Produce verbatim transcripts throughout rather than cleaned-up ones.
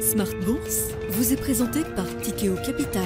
Smart Bourse vous est présenté par Tikeo Capital.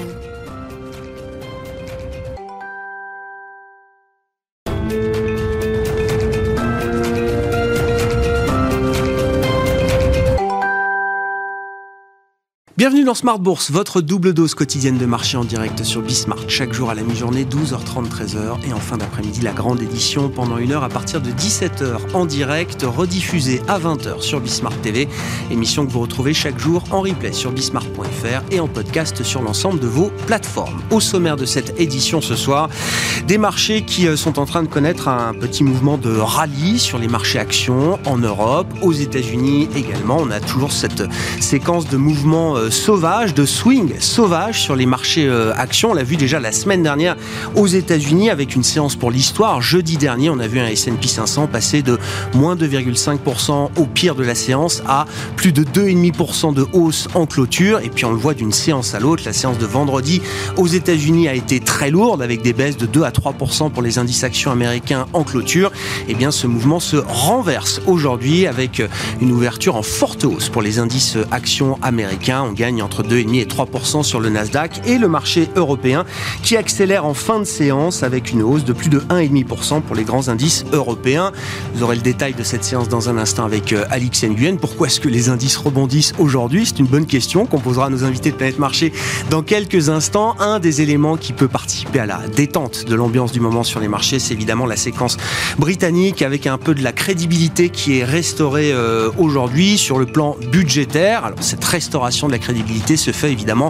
Bienvenue dans Smart Bourse, votre double dose quotidienne de marché en direct sur Bismart. Chaque jour à la mi-journée, douze heures trente, treize heures. Et en fin d'après-midi, la grande édition pendant une heure à partir de dix-sept heures en direct, rediffusée à vingt heures sur Bismart T V. Émission que vous retrouvez chaque jour en replay sur bismart point f r et en podcast sur l'ensemble de vos plateformes. Au sommaire de cette édition ce soir, des marchés qui sont en train de connaître un petit mouvement de rallye sur les marchés actions en Europe, aux États-Unis également. On a toujours cette séquence de mouvements sauvage, de swing sauvage sur les marchés euh, actions. On l'a vu déjà la semaine dernière aux États-Unis avec une séance pour l'histoire. Jeudi dernier, on a vu un S and P cinq cents passer de moins deux virgule cinq pour cent au pire de la séance à plus de deux virgule cinq pour cent de hausse en clôture. Et puis on le voit d'une séance à l'autre. La séance de vendredi aux États-Unis a été très lourde avec des baisses de deux à trois pour cent pour les indices actions américains en clôture. Et bien ce mouvement se renverse aujourd'hui avec une ouverture en forte hausse pour les indices actions américains. On gagne entre deux virgule cinq et trois pour cent sur le Nasdaq et le marché européen qui accélère en fin de séance avec une hausse de plus de un virgule cinq pour cent pour les grands indices européens. Vous aurez le détail de cette séance dans un instant avec Alix Nguyen. Pourquoi est-ce que les indices rebondissent aujourd'hui ? C'est une bonne question qu'on posera à nos invités de Planète Marché dans quelques instants. Un des éléments qui peut participer à la détente de l'ambiance du moment sur les marchés, c'est évidemment la séquence britannique avec un peu de la crédibilité qui est restaurée euh, aujourd'hui sur le plan budgétaire. Alors cette restauration de la crédibilité se fait évidemment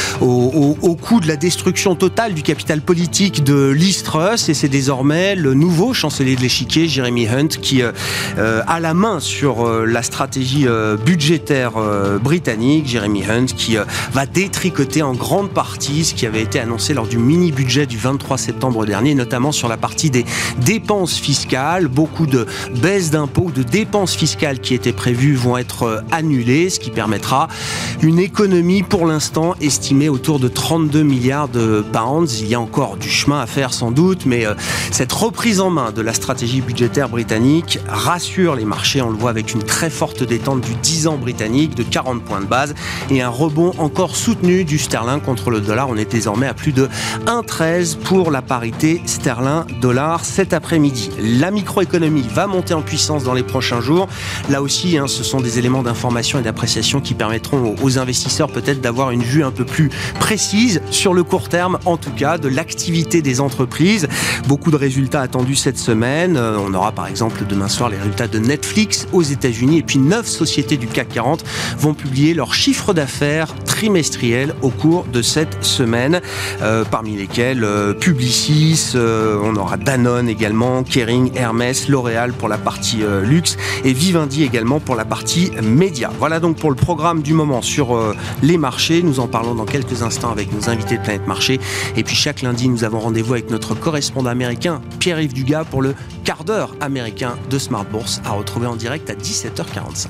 au, au, au coût de la destruction totale du capital politique de Liz Truss, et c'est désormais le nouveau chancelier de l'échiquier, Jeremy Hunt, qui euh, a la main sur euh, la stratégie euh, budgétaire euh, britannique. Jeremy Hunt qui euh, va détricoter en grande partie ce qui avait été annoncé lors du mini-budget du vingt-trois septembre dernier, notamment sur la partie des dépenses fiscales. Beaucoup de baisses d'impôts, de dépenses fiscales qui étaient prévues vont être euh, annulées, ce qui permettra une économie pour l'instant estimée autour de trente-deux milliards de pounds. Il y a encore du chemin à faire sans doute, mais euh, cette reprise en main de la stratégie budgétaire britannique rassure les marchés. On le voit avec une très forte détente du dix ans britannique de quarante points de base et un rebond encore soutenu du sterling contre le dollar. On est désormais à plus de un virgule treize pour la parité sterling-dollar cet après-midi. La microéconomie va monter en puissance dans les prochains jours. Là aussi, hein, ce sont des éléments d'information et d'appréciation qui permettront aux investisseurs peut-être d'avoir une vue un peu plus précise sur le court terme, en tout cas, de l'activité des entreprises. Beaucoup de résultats attendus cette semaine. On aura par exemple demain soir les résultats de Netflix aux États-Unis et puis neuf sociétés du C A C quarante vont publier leur chiffre d'affaires trimestriel au cours de cette semaine, euh, parmi lesquels euh, Publicis, euh, on aura Danone également, Kering, Hermès, L'Oréal pour la partie euh, luxe et Vivendi également pour la partie média. Voilà donc pour le programme du moment sur euh, les marchés. Nous en parlons dans quelques instants avec nos invités de Planète Marché. Et puis chaque lundi, nous avons rendez-vous avec notre correspondant américain, Pierre-Yves Dugas, pour le quart d'heure américain de Smart Bourse, à retrouver en direct à dix-sept heures quarante-cinq.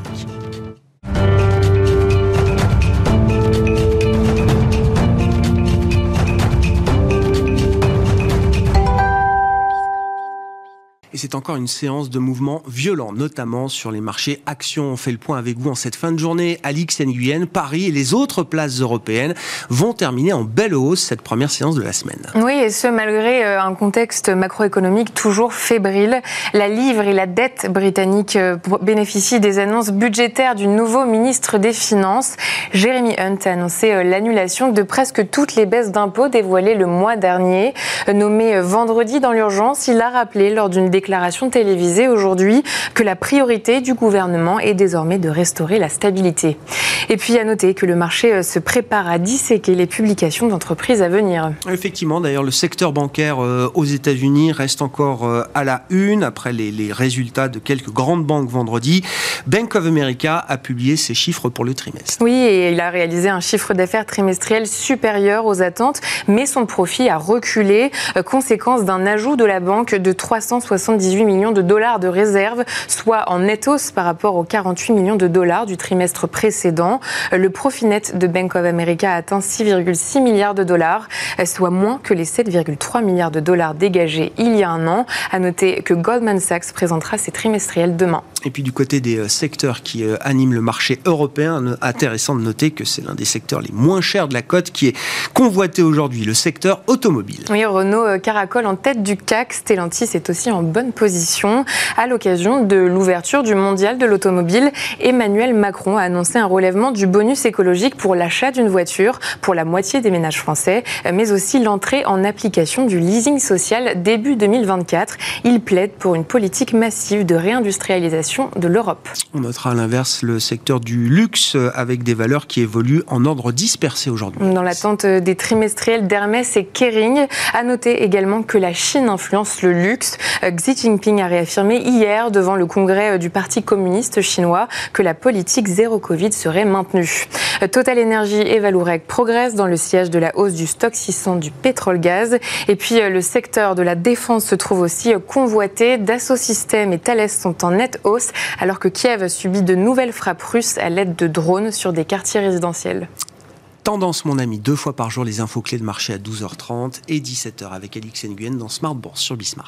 Et c'est encore une séance de mouvements violents, notamment sur les marchés actions. On fait le point avec vous en cette fin de journée. Alix Nguyen, Paris et les autres places européennes vont terminer en belle hausse cette première séance de la semaine. Oui, et ce malgré un contexte macroéconomique toujours fébrile. La livre et la dette britannique bénéficient des annonces budgétaires du nouveau ministre des Finances. Jeremy Hunt a annoncé l'annulation de presque toutes les baisses d'impôts dévoilées le mois dernier. Nommé vendredi dans l'urgence, il a rappelé lors d'une déclaration déclaration télévisée aujourd'hui que la priorité du gouvernement est désormais de restaurer la stabilité. Et puis à noter que le marché se prépare à disséquer les publications d'entreprises à venir. Effectivement, d'ailleurs, le secteur bancaire euh, aux États-Unis reste encore euh, à la une après les, les résultats de quelques grandes banques vendredi. Bank of America a publié ses chiffres pour le trimestre. Oui, et il a réalisé un chiffre d'affaires trimestriel supérieur aux attentes, mais son profit a reculé, euh, conséquence d'un ajout de la banque de trois cent soixante-dix-huit millions de dollars de réserves, soit en net hausse par rapport aux quarante-huit millions de dollars du trimestre précédent. Le profit net de Bank of America a atteint six virgule six milliards de dollars, soit moins que les sept virgule trois milliards de dollars dégagés il y a un an. À noter que Goldman Sachs présentera ses trimestriels demain. Et puis du côté des secteurs qui animent le marché européen, intéressant de noter que c'est l'un des secteurs les moins chers de la cote qui est convoité aujourd'hui, le secteur automobile. Oui, Renault caracole en tête du C A C. Stellantis est aussi en bonne position. À l'occasion de l'ouverture du mondial de l'automobile, Emmanuel Macron a annoncé un relèvement du bonus écologique pour l'achat d'une voiture pour la moitié des ménages français, mais aussi l'entrée en application du leasing social début deux mille vingt-quatre. Il plaide pour une politique massive de réindustrialisation de l'Europe. On notera à l'inverse le secteur du luxe avec des valeurs qui évoluent en ordre dispersé aujourd'hui. Dans l'attente des trimestriels d'Hermès et Kering, à noter également que la Chine influence le luxe. Xi Jinping a réaffirmé hier devant le congrès du Parti communiste chinois que la politique zéro Covid serait maintenue. Total Energy et Vallourec progressent dans le sillage de la hausse du stock six cents du pétrole-gaz. Et puis le secteur de la défense se trouve aussi convoité. Dassault Systèmes et Thales sont en nette hausse, alors que Kiev subit de nouvelles frappes russes à l'aide de drones sur des quartiers résidentiels. Tendance, mon ami, deux fois par jour, les infos clés de marché à douze heures trente et dix-sept heures avec Alix Nguyen dans Smart Bourse sur Bismart.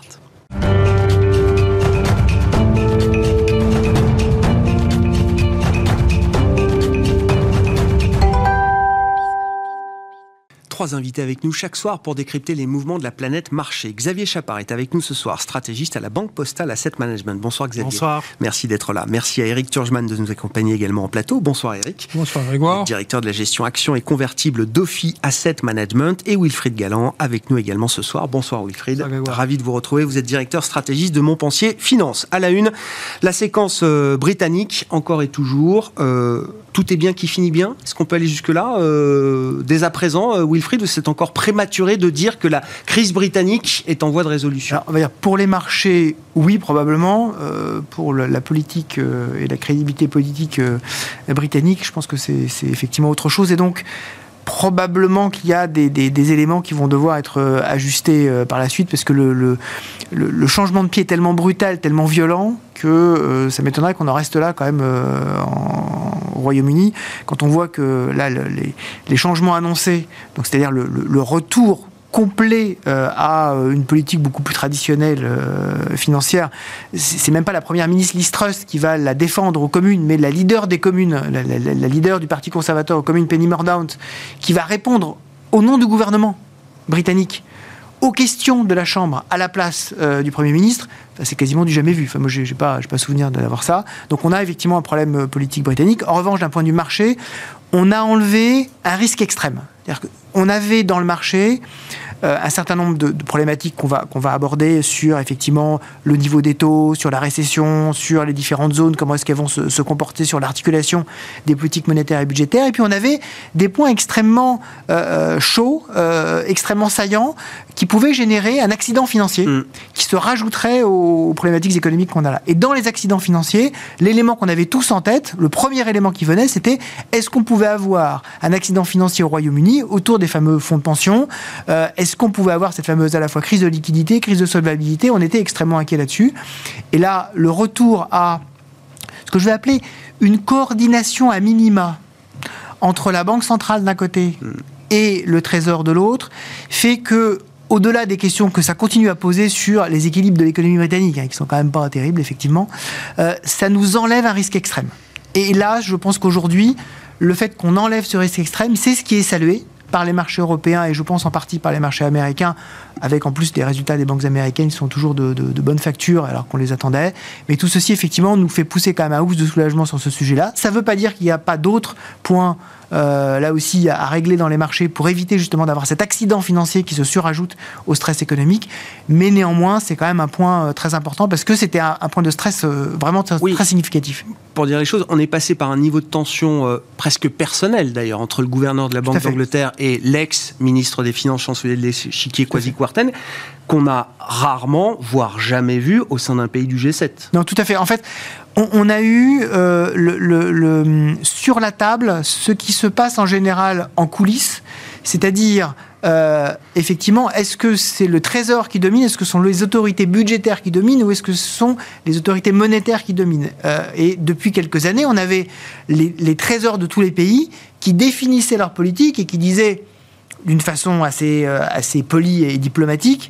Trois invités avec nous chaque soir pour décrypter les mouvements de la planète marché. Xavier Chapard est avec nous ce soir, stratégiste à la Banque Postale Asset Management. Bonsoir Xavier. Bonsoir. Merci d'être là. Merci à Eric Turgeman de nous accompagner également en plateau. Bonsoir Eric. Bonsoir Grégoire. Directeur de la gestion actions et convertibles d'Ophi Asset Management, et Wilfried Galland avec nous également ce soir. Bonsoir Wilfried. Bonsoir, ravi de vous retrouver. Vous êtes directeur stratégiste de Montpensier Finance. À la une, la séquence euh, britannique, encore et toujours. Euh, tout est bien qui finit bien. Est-ce qu'on peut aller jusque-là euh, dès à présent, euh, Wilfried, ou c'est encore prématuré de dire que la crise britannique est en voie de résolution? Alors, on va dire pour les marchés, oui, probablement. Euh, pour le, la politique euh, et la crédibilité politique euh, britannique, je pense que c'est, c'est effectivement autre chose. Et donc, probablement qu'il y a des, des, des éléments qui vont devoir être euh, ajustés euh, par la suite, parce que le, le, le, le changement de pied est tellement brutal, tellement violent, que euh, ça m'étonnerait qu'on en reste là quand même euh, en, au Royaume-Uni. Quand on voit que là, le, les, les changements annoncés, donc c'est-à-dire le, le, le retour complet euh, à une politique beaucoup plus traditionnelle euh, financière. C'est, c'est même pas la première ministre Liz Truss qui va la défendre aux communes, mais la leader des communes, la, la, la leader du Parti conservateur aux communes, Penny Mordaunt, qui va répondre au nom du gouvernement britannique aux questions de la Chambre à la place euh, du Premier ministre. Enfin, c'est quasiment du jamais vu. Enfin, moi, j'ai, j'ai pas, j'ai pas souvenir d'avoir ça. Donc, on a effectivement un problème politique britannique. En revanche, d'un point de vue marché, on a enlevé un risque extrême. C'est-à-dire qu'on avait dans le marché euh, un certain nombre de, de problématiques qu'on va, qu'on va aborder sur effectivement le niveau des taux, sur la récession, sur les différentes zones, comment est-ce qu'elles vont se, se comporter, sur l'articulation des politiques monétaires et budgétaires. Et puis on avait des points extrêmement euh, chauds, euh, extrêmement saillants, qui pouvaient générer un accident financier mmh. qui se rajouterait aux, aux problématiques économiques qu'on a là. Et dans les accidents financiers, l'élément qu'on avait tous en tête, le premier élément qui venait, c'était est-ce qu'on pouvait avoir un accident financier au Royaume-Uni autour des fameux fonds de pension, euh, est-ce qu'on pouvait avoir cette fameuse à la fois crise de liquidité, crise de solvabilité. On était extrêmement inquiets là-dessus. Et là, le retour à ce que je vais appeler une coordination à minima entre la Banque centrale d'un côté et le Trésor de l'autre fait que, au-delà des questions que ça continue à poser sur les équilibres de l'économie britannique, hein, qui sont quand même pas terribles, effectivement, euh, ça nous enlève un risque extrême. Et là, je pense qu'aujourd'hui, le fait qu'on enlève ce risque extrême, c'est ce qui est salué par les marchés européens et je pense en partie par les marchés américains, avec en plus des résultats des banques américaines qui sont toujours de, de, de bonne facture alors qu'on les attendait. Mais tout ceci, effectivement, nous fait pousser quand même un ouf de soulagement sur ce sujet-là. Ça ne veut pas dire qu'il n'y a pas d'autres points Euh, là aussi à régler dans les marchés pour éviter justement d'avoir cet accident financier qui se surajoute au stress économique, mais néanmoins c'est quand même un point euh, très important parce que c'était un, un point de stress euh, vraiment très, oui. très significatif. Pour dire les choses, on est passé par un niveau de tension euh, presque personnel d'ailleurs entre le gouverneur de la Banque d'Angleterre et l'ex-ministre des Finances, chancelier de l'échiquier Kwasi Kwarteng, qu'on a rarement, voire jamais vu au sein d'un pays du G sept. Non, tout à fait. En fait, on, on a eu euh, le, le, le, sur la table ce qui se passe en général en coulisses, c'est-à-dire euh, effectivement, est-ce que c'est le Trésor qui domine, est-ce que ce sont les autorités budgétaires qui dominent ou est-ce que ce sont les autorités monétaires qui dominent euh, Et depuis quelques années, on avait les, les trésors de tous les pays qui définissaient leur politique et qui disaient d'une façon assez, euh, assez polie et diplomatique: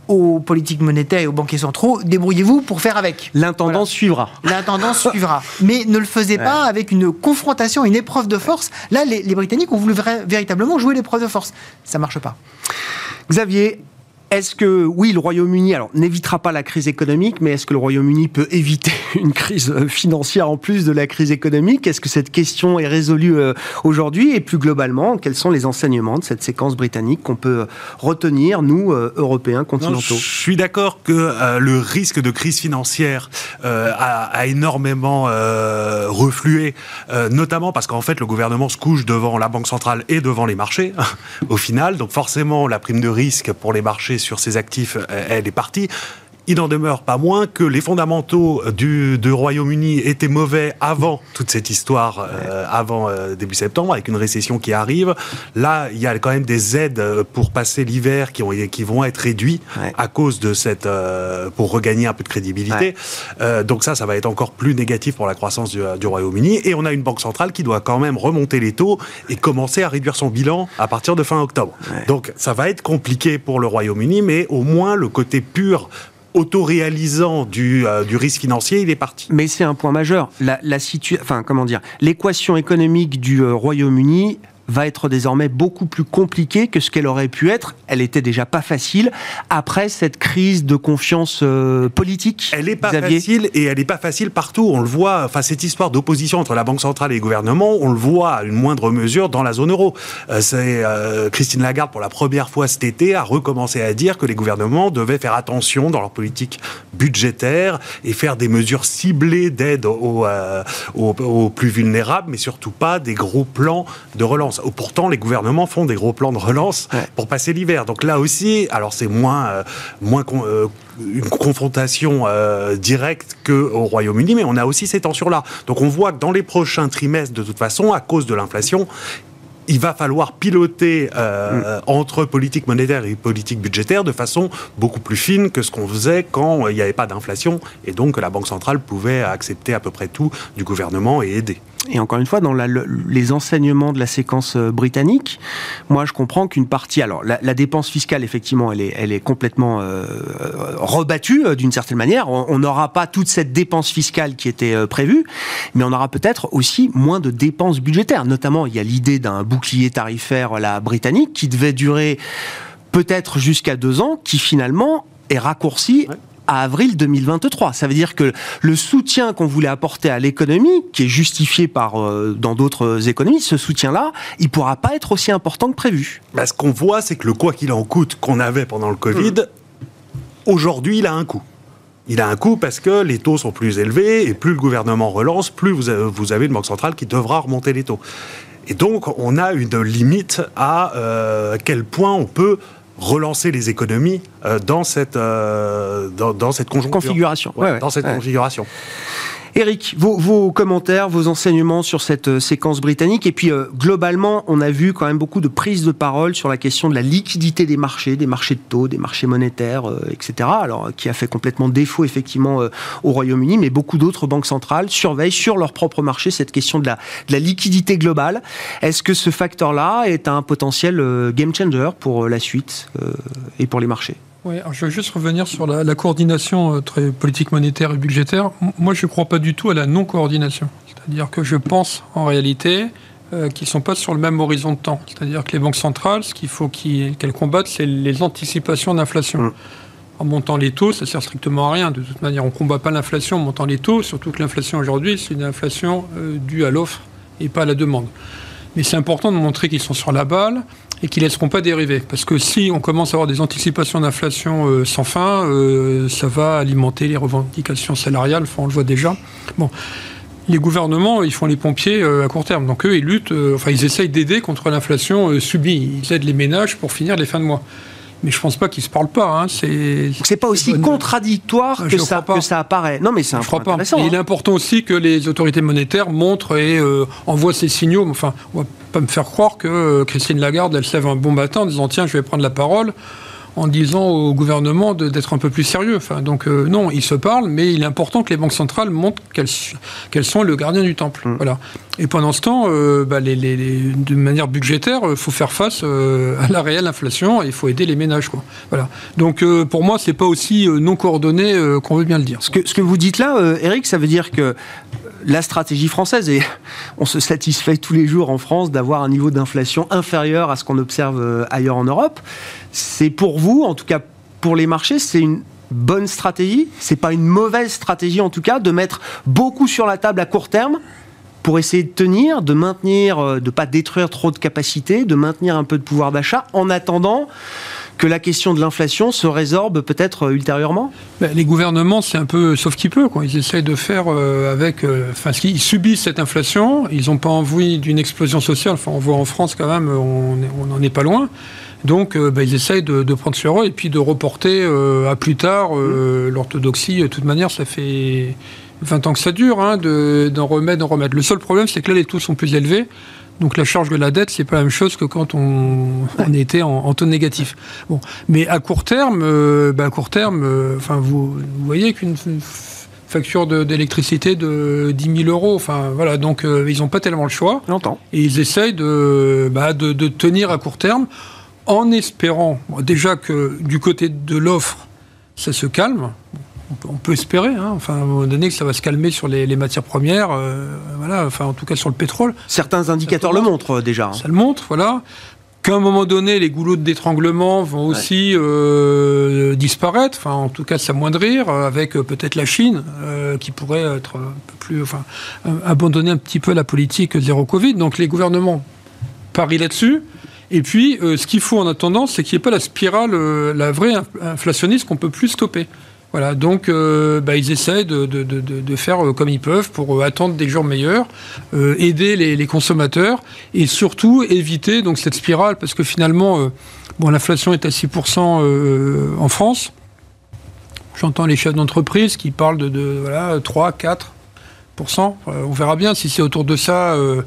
aux politiques monétaires et aux banquiers centraux, débrouillez-vous pour faire avec. L'intendance voilà. suivra. L'intendance suivra. Mais ne le faisait ouais. pas avec une confrontation, une épreuve de force. Là, les, les Britanniques ont voulu vra- véritablement jouer l'épreuve de force. Ça ne marche pas. Xavier, est-ce que, oui, le Royaume-Uni alors, n'évitera pas la crise économique, mais est-ce que le Royaume-Uni peut éviter une crise financière en plus de la crise économique ? Est-ce que cette question est résolue euh, aujourd'hui ? Et plus globalement, quels sont les enseignements de cette séquence britannique qu'on peut retenir, nous, euh, Européens continentaux ? Non, je suis d'accord que euh, le risque de crise financière euh, a, a énormément euh, reflué, euh, notamment parce qu'en fait, le gouvernement se couche devant la Banque centrale et devant les marchés, au final. Donc forcément, la prime de risque pour les marchés sur ses actifs, elle est partie. Il n'en demeure pas moins que les fondamentaux du, du Royaume-Uni étaient mauvais avant toute cette histoire, euh, avant euh, début septembre, avec une récession qui arrive. Là, il y a quand même des aides pour passer l'hiver qui, ont, qui vont être réduits ouais. à cause de cette... Euh, pour regagner un peu de crédibilité. Ouais. Euh, donc ça, ça va être encore plus négatif pour la croissance du, du Royaume-Uni. Et on a une banque centrale qui doit quand même remonter les taux et commencer à réduire son bilan à partir de fin octobre. Ouais. Donc ça va être compliqué pour le Royaume-Uni, mais au moins le côté pur autoréalisant du, euh, du risque financier, il est parti. Mais c'est un point majeur. La, la situa- enfin, comment dire, l'équation économique du euh, Royaume-Uni va être désormais beaucoup plus compliquée que ce qu'elle aurait pu être. Elle était déjà pas facile après cette crise de confiance euh, politique. Elle est pas Xavier. facile et elle est pas facile partout. On le voit, enfin cette histoire d'opposition entre la Banque centrale et les gouvernements, on le voit à une moindre mesure dans la zone euro. Euh, c'est euh, Christine Lagarde pour la première fois cet été a recommencé à dire que les gouvernements devaient faire attention dans leur politique budgétaire et faire des mesures ciblées d'aide aux, euh, aux, aux plus vulnérables, mais surtout pas des gros plans de relance. Pourtant, les gouvernements font des gros plans de relance ouais. pour passer l'hiver. Donc là aussi, alors c'est moins, euh, moins con, euh, une confrontation euh, directe qu'au Royaume-Uni, mais on a aussi ces tensions-là. Donc on voit que dans les prochains trimestres, de toute façon, à cause de l'inflation, il va falloir piloter euh, mmh. entre politique monétaire et politique budgétaire de façon beaucoup plus fine que ce qu'on faisait quand il n'y avait pas d'inflation et donc que la Banque centrale pouvait accepter à peu près tout du gouvernement et aider. Et encore une fois, dans la, le, les enseignements de la séquence britannique, moi je comprends qu'une partie... Alors, la, la dépense fiscale, effectivement, elle est, elle est complètement euh, rebattue euh, d'une certaine manière. On n'aura pas toute cette dépense fiscale qui était euh, prévue, mais on aura peut-être aussi moins de dépenses budgétaires. Notamment, il y a l'idée d'un bouclier tarifaire la britannique qui devait durer peut-être jusqu'à deux ans, qui finalement est raccourci... Ouais. à avril deux mille vingt-trois. Ça veut dire que le soutien qu'on voulait apporter à l'économie, qui est justifié par, euh, dans d'autres économies, ce soutien-là, il ne pourra pas être aussi important que prévu. Bah, ce qu'on voit, c'est que le quoi qu'il en coûte qu'on avait pendant le Covid, mmh. aujourd'hui, il a un coût. Il a un coût parce que les taux sont plus élevés et plus le gouvernement relance, plus vous avez, vous avez une banque centrale qui devra remonter les taux. Et donc, on a une limite à euh, quel point on peut relancer les économies euh, dans cette euh, dans, dans cette conjoncture. configuration. Ouais, ouais, ouais. Dans cette ouais. configuration. Éric, vos, vos commentaires, vos enseignements sur cette euh, séquence britannique, et puis euh, globalement, on a vu quand même beaucoup de prises de parole sur la question de la liquidité des marchés, des marchés de taux, des marchés monétaires, euh, et cetera. Alors, qui a fait complètement défaut effectivement euh, au Royaume-Uni, mais beaucoup d'autres banques centrales surveillent sur leur propre marché cette question de la, de la liquidité globale. Est-ce que ce facteur-là est un potentiel euh, game changer pour euh, la suite euh, et pour les marchés ? Oui, alors je veux juste revenir sur la, la coordination entre politique monétaire et budgétaire. Moi, je ne crois pas du tout à la non-coordination. C'est-à-dire que je pense, en réalité, euh, qu'ils ne sont pas sur le même horizon de temps. C'est-à-dire que les banques centrales, ce qu'il faut qu'ils, qu'elles combattent, c'est les anticipations d'inflation. Mmh. En montant les taux, ça ne sert strictement à rien. De toute manière, on ne combat pas l'inflation en montant les taux, surtout que l'inflation aujourd'hui, c'est une inflation euh, due à l'offre et pas à la demande. Mais c'est important de montrer qu'ils sont sur la balle et qu'ils ne laisseront pas dériver. Parce que si on commence à avoir des anticipations d'inflation euh, sans fin, euh, ça va alimenter les revendications salariales, enfin, on le voit déjà. Bon, les gouvernements, ils font les pompiers euh, à court terme. Donc eux, ils luttent, euh, enfin, ils essayent d'aider contre l'inflation euh, subie. Ils aident les ménages pour finir les fins de mois. Mais je ne pense pas qu'ils ne se parlent pas. Hein. C'est, c'est pas aussi bonne... contradictoire que ça, que ça apparaît. Non, mais c'est un point intéressant. Hein. Il est important aussi que les autorités monétaires montrent et euh, envoient ces signaux. Enfin, on ne va pas me faire croire que euh, Christine Lagarde, elle se lève un bon matin en disant « Tiens, je vais prendre la parole » en disant au gouvernement de, d'être un peu plus sérieux. Enfin, donc euh, non, ils se parlent, mais il est important que les banques centrales montrent qu'elles, qu'elles sont le gardien du temple. Mmh. Voilà. Et pendant ce temps, euh, bah, les, les, les, de manière budgétaire, il faut faire face euh, à la réelle inflation et il faut aider les ménages, quoi. Voilà. Donc euh, pour moi, c'est pas aussi euh, non coordonné euh, qu'on veut bien le dire. Ce que, ce que vous dites là, euh, Éric, ça veut dire que la stratégie française, et on se satisfait tous les jours en France d'avoir un niveau d'inflation inférieur à ce qu'on observe ailleurs en Europe. C'est pour vous, en tout cas pour les marchés, c'est une bonne stratégie. C'est pas une mauvaise stratégie en tout cas de mettre beaucoup sur la table à court terme pour essayer de tenir, de maintenir, de ne pas détruire trop de capacités, de maintenir un peu de pouvoir d'achat, en attendant que la question de l'inflation se résorbe peut-être ultérieurement ? Ben, les gouvernements, c'est un peu sauf qui peut, quoi. Ils essayent de faire euh, avec... Enfin, euh, ils subissent cette inflation, ils n'ont pas envie d'une explosion sociale. Enfin, on voit en France quand même, on n'en est pas loin. Donc, euh, ben, ils essayent de, de prendre sur eux et puis de reporter euh, à plus tard euh, mmh. l'orthodoxie. De toute manière, ça fait vingt ans que ça dure, hein, de, d'en remettre, d'en remettre. Le seul problème, c'est que là, les taux sont plus élevés. Donc la charge de la dette, c'est pas la même chose que quand on, on était en, en taux négatif. Bon, mais à court terme, euh, bah à court terme, euh, enfin vous, vous voyez qu'une facture de, d'électricité de dix mille euros, enfin voilà, donc euh, ils n'ont pas tellement le choix. J'entends. Et ils essayent de, bah, de, de tenir à court terme, en espérant bon, déjà que du côté de l'offre, ça se calme. On peut espérer, hein, enfin, à un moment donné, que ça va se calmer sur les, les matières premières, euh, voilà, enfin, en tout cas sur le pétrole. Certains indicateurs le montrent déjà. Hein. Ça le montre, voilà. Qu'à un moment donné, les goulots d'étranglement vont aussi ouais. euh, disparaître, enfin, en tout cas s'amoindrir, avec euh, peut-être la Chine, euh, qui pourrait être un peu plus, enfin, euh, abandonner un petit peu la politique zéro Covid. Donc les gouvernements parient là-dessus. Et puis, euh, ce qu'il faut en attendant, c'est qu'il n'y ait pas la spirale, euh, la vraie inflationniste qu'on ne peut plus stopper. Voilà, donc euh, bah, ils essaient de, de, de, de faire euh, comme ils peuvent pour euh, attendre des jours meilleurs, euh, aider les, les consommateurs et surtout éviter donc, cette spirale parce que finalement, euh, bon, l'inflation est à six pour cent euh, en France. J'entends les chefs d'entreprise qui parlent de, de voilà, trois à quatre pour cent. Euh, on verra bien si c'est autour de ça... Euh,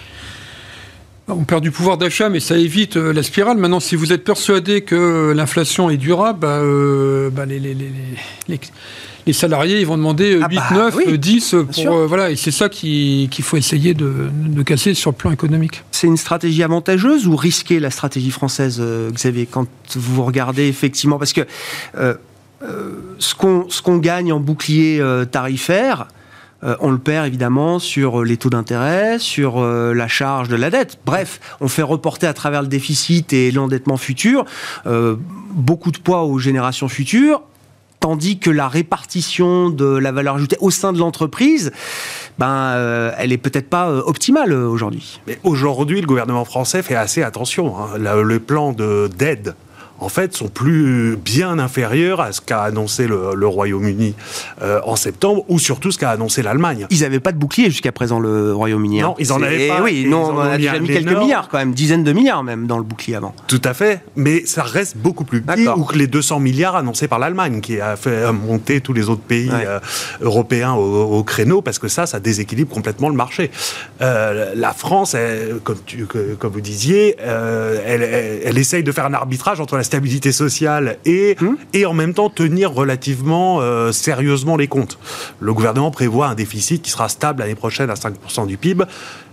on perd du pouvoir d'achat, mais ça évite euh, la spirale. Maintenant, si vous êtes persuadé que l'inflation est durable, bah, euh, bah, les, les, les, les, les salariés ils vont demander ah huit, bah, neuf, oui, dix. Pour, euh, voilà, et c'est ça qui, qu'il faut essayer de, de casser sur le plan économique. C'est une stratégie avantageuse ou risquée, la stratégie française, euh, Xavier, quand vous regardez effectivement... Parce que euh, euh, ce, qu'on, ce qu'on gagne en bouclier euh, tarifaire... Euh, on le perd évidemment sur les taux d'intérêt, sur euh, la charge de la dette. Bref, on fait reporter à travers le déficit et l'endettement futur euh, beaucoup de poids aux générations futures, tandis que la répartition de la valeur ajoutée au sein de l'entreprise, ben, euh, elle est peut-être pas euh, optimale euh, aujourd'hui. Mais aujourd'hui, le gouvernement français fait assez attention. Hein. Le, le plan de, d'aide en fait, sont plus bien inférieurs à ce qu'a annoncé le, le Royaume-Uni euh, en septembre, ou surtout ce qu'a annoncé l'Allemagne. Ils n'avaient pas de bouclier jusqu'à présent, le Royaume-Uni. Non, ils en avaient pas. Oui, non, on a déjà mis quelques énorme... milliards quand même, dizaines de milliards même dans le bouclier avant. Tout à fait, mais ça reste beaucoup plus petit que les deux cents milliards annoncés par l'Allemagne, qui a fait monter tous les autres pays ouais. euh, européens au, au créneau, parce que ça, ça déséquilibre complètement le marché. Euh, la France, elle, comme, tu, que, comme vous disiez, euh, elle, elle, elle essaye de faire un arbitrage entre la stabilité sociale et, mmh. et en même temps tenir relativement euh, sérieusement les comptes. Le gouvernement prévoit un déficit qui sera stable l'année prochaine à cinq pour cent du P I B.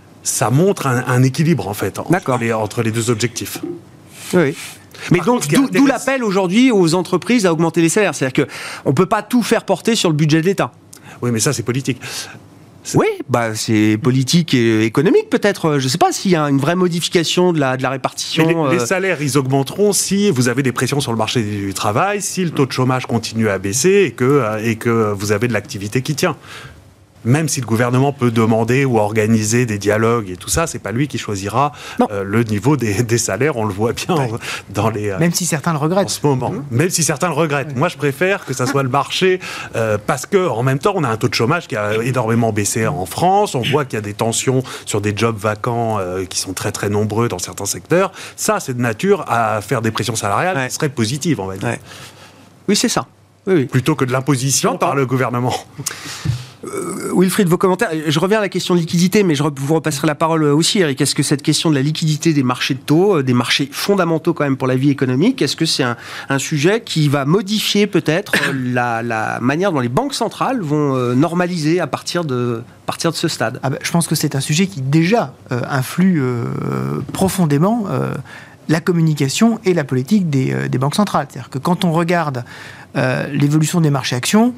Ça montre un, un équilibre en fait entre les, entre les deux objectifs. Oui. Mais Par donc, d'où, d'où l'appel aujourd'hui aux entreprises à augmenter les salaires. C'est-à-dire qu'on ne peut pas tout faire porter sur le budget de l'État. Oui, mais ça, c'est politique. C'est... Oui, bah c'est politique et économique peut-être. Je ne sais pas s'il y a une vraie modification de la, de la répartition. Mais les, euh... les salaires, ils augmenteront si vous avez des pressions sur le marché du travail, si le taux de chômage continue à baisser et que, et que vous avez de l'activité qui tient. Même si le gouvernement peut demander ou organiser des dialogues et tout ça, c'est pas lui qui choisira euh, le niveau des, des salaires. On le voit bien ouais. dans les. Même si certains le regrettent. En ce moment, mmh. même si certains le regrettent. Ouais. Moi, je préfère que ça soit le marché euh, parce que en même temps, on a un taux de chômage qui a énormément baissé en France. On voit qu'il y a des tensions sur des jobs vacants euh, qui sont très très nombreux dans certains secteurs. Ça, c'est de nature à faire des pressions salariales ouais. qui seraient positives, on va dire. Ouais. Oui, c'est ça. Oui, oui. Plutôt que de l'imposition J'entends. par le gouvernement. Euh, Wilfried, vos commentaires. Je reviens à la question de liquidité, mais je vous repasserai la parole aussi, Eric. Est-ce que cette question de la liquidité des marchés de taux, des marchés fondamentaux quand même pour la vie économique, est-ce que c'est un, un sujet qui va modifier peut-être la, la manière dont les banques centrales vont euh, normaliser à partir de, à partir de ce stade? ah ben, Je pense que c'est un sujet qui déjà euh, influe euh, profondément euh, la communication et la politique des, euh, des banques centrales. C'est-à-dire que quand on regarde euh, l'évolution des marchés actions,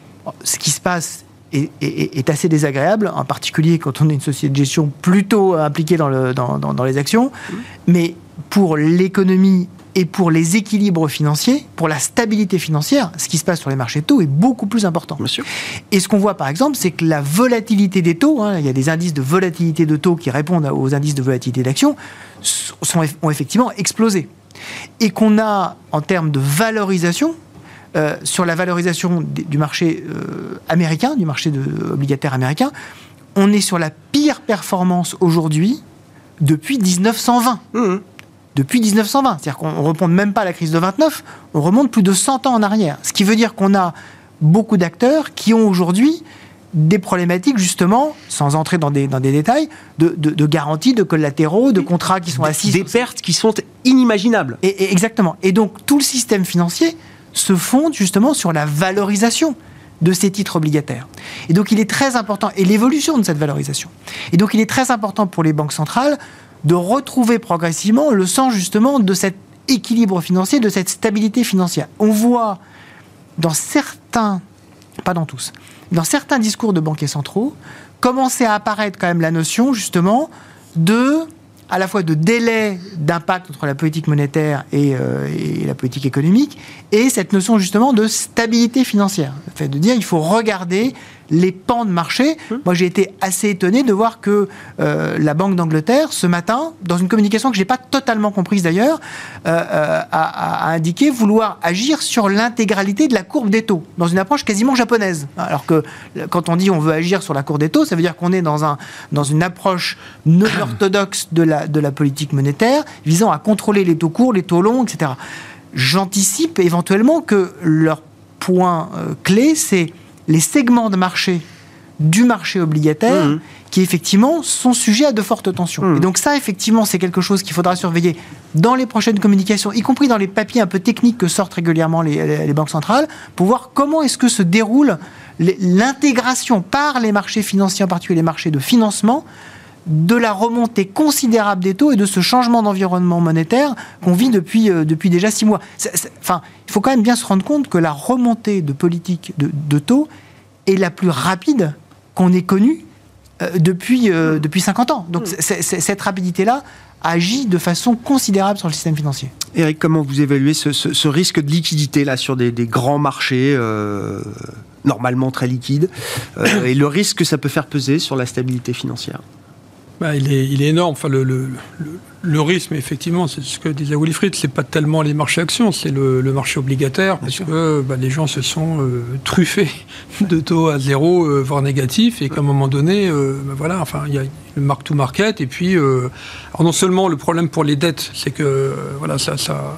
ce qui se passe Est, est, est assez désagréable, en particulier quand on est une société de gestion plutôt impliquée dans, le, dans, dans, dans les actions. Mmh. Mais pour l'économie et pour les équilibres financiers, pour la stabilité financière, ce qui se passe sur les marchés de taux est beaucoup plus important. Monsieur. Et ce qu'on voit par exemple, c'est que la volatilité des taux, hein, il y a des indices de volatilité de taux qui répondent aux indices de volatilité d'actions, sont, ont effectivement explosé. Et qu'on a, en termes de valorisation, Euh, sur la valorisation d- du marché euh, américain, du marché de, obligataire américain, on est sur la pire performance aujourd'hui depuis dix-neuf cent vingt. Mmh. Depuis dix-neuf cent vingt. C'est-à-dire qu'on ne remonte même pas à la crise de vingt-neuf, on remonte plus de cent ans en arrière. Ce qui veut dire qu'on a beaucoup d'acteurs qui ont aujourd'hui des problématiques, justement, sans entrer dans des, dans des détails, de, de, de garanties, de collatéraux, de contrats qui sont assis... Des pertes qui sont inimaginables. Et, et exactement. Et donc, tout le système financier se fonde justement sur la valorisation de ces titres obligataires. Et donc il est très important, et l'évolution de cette valorisation. Et donc il est très important pour les banques centrales de retrouver progressivement le sens justement de cet équilibre financier, de cette stabilité financière. On voit dans certains, pas dans tous, dans certains discours de banquiers centraux, commencer à apparaître quand même la notion justement de... à la fois de délai d'impact entre la politique monétaire et, euh, et la politique économique, et cette notion justement de stabilité financière. Le fait de dire il faut regarder les pans de marché. Mmh. Moi, j'ai été assez étonné de voir que euh, la Banque d'Angleterre, ce matin, dans une communication que je n'ai pas totalement comprise d'ailleurs, euh, euh, a, a indiqué vouloir agir sur l'intégralité de la courbe des taux, dans une approche quasiment japonaise. Alors que quand on dit on veut agir sur la courbe des taux, ça veut dire qu'on est dans, un, dans une approche non orthodoxe de la, de la politique monétaire, visant à contrôler les taux courts, les taux longs, et cetera. J'anticipe éventuellement que leur point euh, clé, c'est les segments de marché du marché obligataire mmh. qui effectivement sont sujets à de fortes tensions. Mmh. Et donc ça, effectivement, c'est quelque chose qu'il faudra surveiller dans les prochaines communications, y compris dans les papiers un peu techniques que sortent régulièrement les, les, les banques centrales, pour voir comment est-ce que se déroule les, l'intégration par les marchés financiers, en particulier les marchés de financement, de la remontée considérable des taux et de ce changement d'environnement monétaire qu'on vit depuis, euh, depuis déjà six mois. C'est, c'est, enfin, il faut quand même bien se rendre compte que la remontée de politique de, de taux est la plus rapide qu'on ait connue euh, depuis, euh, depuis cinquante ans. Donc c'est, c'est, cette rapidité-là agit de façon considérable sur le système financier. Eric, comment vous évaluez ce, ce, ce risque de liquidité là, sur des, des grands marchés euh, normalement très liquides euh, et le risque que ça peut faire peser sur la stabilité financière? Bah, il, est, il est énorme. Enfin, le, le, le, le risque, effectivement, c'est ce que disait Wilfried, c'est pas tellement les marchés actions, c'est le, le marché obligataire, parce que bah, les gens se sont euh, truffés de taux à zéro, euh, voire négatifs, et qu'à un moment donné, euh, bah, voilà, enfin, il y a le mark-to-market, et puis, euh, alors non seulement le problème pour les dettes, c'est que euh, voilà, ça, ça,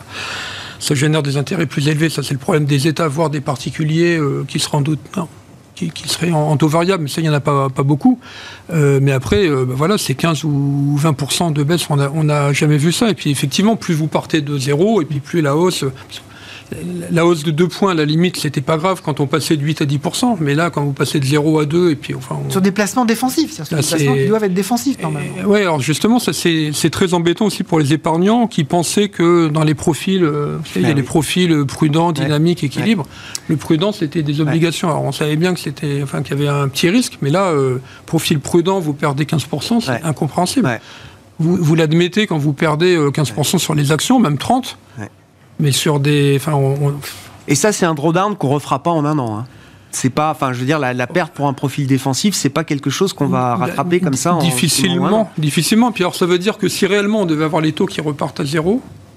ça génère des intérêts plus élevés, ça c'est le problème des États, voire des particuliers euh, qui seront en doute. Non. Qui, qui serait en, en taux variable, mais ça, il n'y en a pas, pas beaucoup. Euh, mais après, euh, bah voilà, c'est quinze ou vingt pour cent de baisse, on n'a jamais vu ça. Et puis, effectivement, plus vous partez de zéro, et puis plus la hausse... La hausse de deux points, à la limite, c'était pas grave quand on passait de huit à dix pour cent. Mais là, quand vous passez de zéro à deux, et puis enfin... On... Sur des placements défensifs, c'est-à-dire sur là, des placements qui doivent être défensifs, normalement. Oui, alors justement, ça, c'est, c'est très embêtant aussi pour les épargnants qui pensaient que dans les profils, euh, vous savez, il y a les profils prudents, dynamiques, ouais. équilibre. Ouais. Le prudent, c'était des obligations. Ouais. Alors, on savait bien que c'était, enfin, qu'il y avait un petit risque, mais là, euh, profil prudent, vous perdez quinze pour cent, c'est ouais. incompréhensible. Ouais. Vous, vous l'admettez quand vous perdez quinze pour cent ouais. sur les actions, même trente pour cent. Ouais. Mais sur des... Enfin, on, on... Et ça, c'est un drawdown qu'on ne refera pas en un an. Hein. C'est pas... Enfin, je veux dire, la, la perte pour un profil défensif, c'est pas quelque chose qu'on va rattraper comme ça difficilement, en... Difficilement. Puis alors, ça veut dire que si réellement on devait avoir les taux qui repartent à zéro,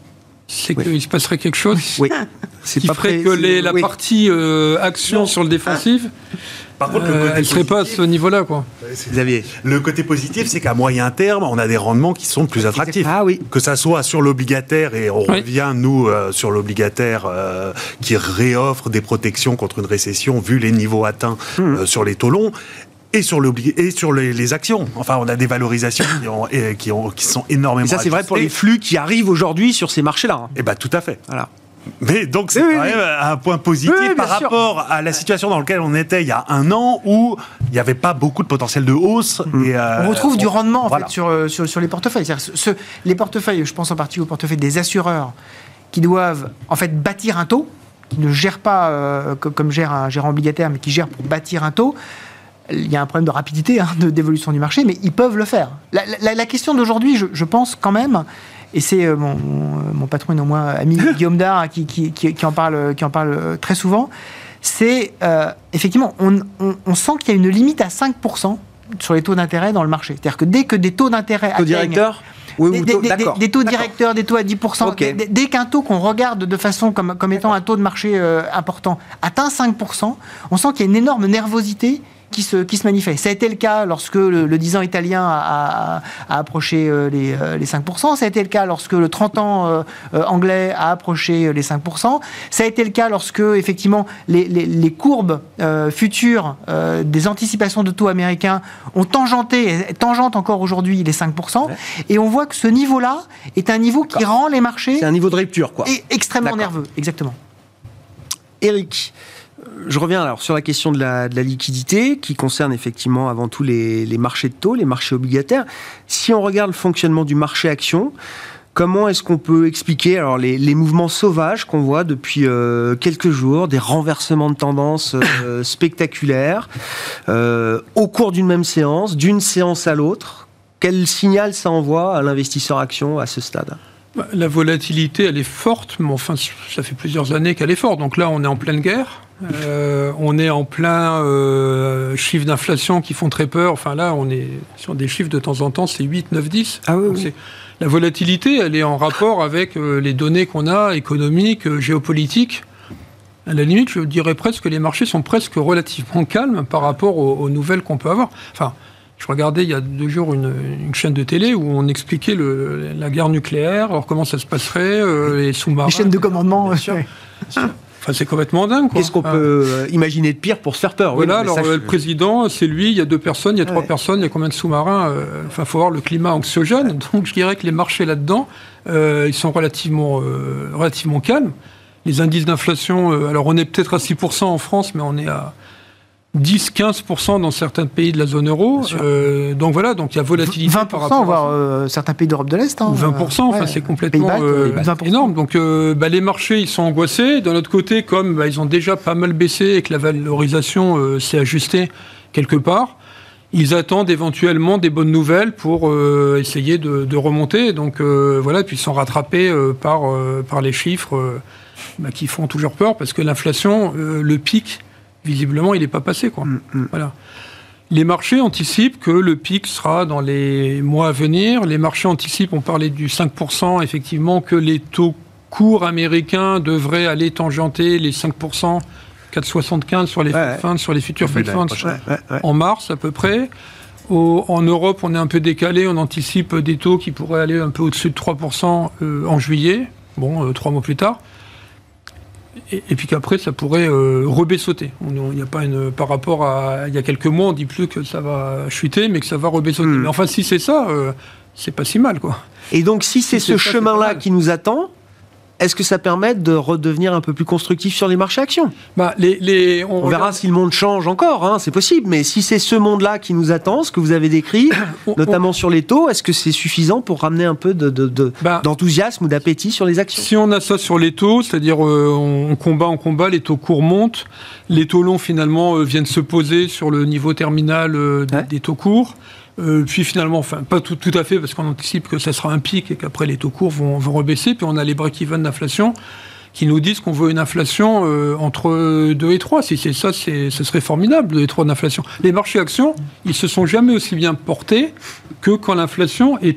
c'est Oui. qu'il se passerait quelque chose Oui. C'est qui pas ferait prêt, que c'est- les, la oui. partie euh, action Non. sur le défensif, Par contre, le euh, côté elle serait pas à positif- ce niveau-là, quoi. Xavier. Le côté positif, c'est qu'à moyen terme, on a des rendements qui sont plus attractifs. Ah oui. Que ça soit sur l'obligataire, et on Oui. revient, nous, euh, sur l'obligataire euh, qui réoffre des protections contre une récession, vu les niveaux atteints euh, sur les taux longs, et sur, l'obli- et sur les, les actions. Enfin, on a des valorisations qui, ont, et qui, ont, qui sont énormément Et ça, c'est vrai pour les ajustées. flux qui arrivent aujourd'hui sur ces marchés-là. hein. Eh bien, tout à fait. Voilà. Mais donc, c'est Oui, quand oui, même un point positif Oui, oui, bien par sûr. rapport à la situation dans laquelle on était il y a un an, où il n'y avait pas beaucoup de potentiel de hausse. Et, euh, On retrouve du rendement en voilà. fait sur, euh, sur, sur les portefeuilles. C'est-à-dire ce- ce- les portefeuilles, je pense en particulier aux portefeuilles des assureurs qui doivent en fait bâtir un taux, qui ne gèrent pas euh, co- comme gère un gérant obligataire, mais qui gèrent pour bâtir un taux. Il y a un problème de rapidité, hein, de, d'évolution du marché, mais ils peuvent le faire. La, la- la question d'aujourd'hui, je, je pense quand même, et c'est euh, mon, mon, mon patron et non moins ami Guillaume Dard qui, qui, qui, qui en parle, qui en parle très souvent, c'est euh, effectivement, on, on, on sent qu'il y a une limite à cinq pour cent sur les taux d'intérêt dans le marché. C'est-à-dire que dès que des taux d'intérêt Taux atteignent- directeur Oui, des, ou des- taux- des- d'accord. des taux D'accord. directeurs, des taux à dix pour cent, Ok. dès, dès qu'un taux qu'on regarde de façon comme, comme étant un taux de marché euh, important atteint cinq pour cent, on sent qu'il y a une énorme nervosité qui se, qui se manifeste. Ça a été le cas lorsque le, le dix ans italien a, a- a approché euh, les, euh, les cinq pour cent, ça a été le cas lorsque le trente ans euh, euh, anglais a approché euh, les cinq pour cent, ça a été le cas lorsque, effectivement, les, les- les courbes euh, futures euh, des anticipations de taux américains ont tangenté, et tangentent encore aujourd'hui les cinq pour cent, Ouais. et on voit que ce niveau-là est un niveau qui rend les marchés C'est un niveau de rupture, quoi. e- extrêmement D'accord. nerveux. Exactement. Eric, euh, je reviens alors sur la question de la, de la liquidité qui concerne effectivement avant tout les, les marchés de taux, les marchés obligataires. Si on regarde le fonctionnement du marché action, comment est-ce qu'on peut expliquer alors les, les mouvements sauvages qu'on voit depuis euh, quelques jours, des renversements de tendance euh, spectaculaires euh, au cours d'une même séance, d'une séance à l'autre? Quel signal ça envoie à l'investisseur action à ce stade? Bah, La volatilité, elle est forte, mais enfin, ça fait plusieurs années qu'elle est forte. Donc là, on est en pleine guerre. Euh, on est en plein euh, chiffre d'inflation qui font très peur. Enfin là, on est sur des chiffres de temps en temps, c'est huit, neuf, dix. Ah oui, Donc oui. c'est- La volatilité, elle est en rapport avec euh, les données qu'on a, économiques, euh, géopolitiques. À la limite, je dirais presque que les marchés sont presque relativement calmes par rapport aux, aux nouvelles qu'on peut avoir. Enfin, je regardais il y a deux jours une, une chaîne de télé où on expliquait le, la guerre nucléaire, alors comment ça se passerait, euh, les sous-marins. Les chaînes de commandement. Bien sûr. ouais. Enfin, c'est complètement dingue, quoi. Qu'est-ce qu'on Ah. peut euh, imaginer de pire pour se faire peur? Oui, Voilà, non, mais alors ça, euh, je- le président, c'est lui, il y a deux personnes, il y a trois Ouais. personnes, il y a combien de sous-marins euh, Enfin, il faut voir le climat anxiogène. Donc, je dirais que les marchés là-dedans, euh, ils sont relativement, euh, relativement calmes. Les indices d'inflation, euh, alors on est peut-être à six pour cent en France, mais on est à dix à quinze pour cent dans certains pays de la zone euro. sûr. Euh, donc voilà, donc il y a volatilité vingt par pour cent, rapport à voire ça. euh, certains pays d'Europe de l'Est. hein. Ou vingt pour cent, enfin Ouais. c'est complètement Pays-Bas, euh, Pays-Bas, vingt pour cent. énorme. Donc euh, bah, les marchés, ils sont angoissés. D'un autre côté, comme bah, ils ont déjà pas mal baissé et que la valorisation euh, s'est ajustée quelque part, ils attendent éventuellement des bonnes nouvelles pour euh, essayer de, de remonter. Donc euh, voilà, puis ils sont rattrapés euh, par, euh, par les chiffres euh, bah, qui font toujours peur parce que l'inflation, euh, le pic, visiblement, il n'est pas passé, quoi. Mm, mm. Voilà. Les marchés anticipent que le pic sera dans les mois à venir. Les marchés anticipent, on parlait du cinq pour cent, effectivement, que les taux courts américains devraient aller tangenter les cinq pour cent, quatre virgule soixante-quinze sur les Ouais, Fed funds, sur les futurs Début Fed de l'année funds prochaine. Ouais, ouais, ouais. en mars à peu près. Au- en Europe, on est un peu décalé, on anticipe des taux qui pourraient aller un peu au-dessus de trois pour cent euh, en juillet, bon, euh, trois mois plus tard. Et, et puis qu'après, ça pourrait euh, rebaissoter. On- on- Il y a pas une, par rapport à il y a quelques mois, on dit plus que ça va chuter, mais que ça va rebaissoter. Hmm. Mais enfin, si c'est ça, euh, c'est pas si mal, quoi. Et donc, si c'est Si ce c'est ça, c'est pas chemin-là mal. qui nous attend, est-ce que ça permet de redevenir un peu plus constructif sur les marchés actions? Bah, les, les, On verra regarde- si le monde change encore, hein, c'est possible. Mais si c'est ce monde-là qui nous attend, ce que vous avez décrit, on- notamment sur les taux, est-ce que c'est suffisant pour ramener un peu de, de- de- Bah, d'enthousiasme ou d'appétit sur les actions? Si on a ça sur les taux, c'est-à-dire euh, on combat, on combat, les taux courts montent, les taux longs finalement euh, viennent se poser sur le niveau terminal euh, des, Ouais. des taux courts. Euh, puis finalement, enfin pas tout, tout à fait parce qu'on anticipe que ça sera un pic et qu'après les taux courts vont, vont rebaisser. Puis on a les break-even d'inflation qui nous disent qu'on veut une inflation euh, entre deux et trois. Si c'est ça, c'est, ce serait formidable, deux et trois d'inflation. Les marchés actions, ils se sont jamais aussi bien portés que quand l'inflation était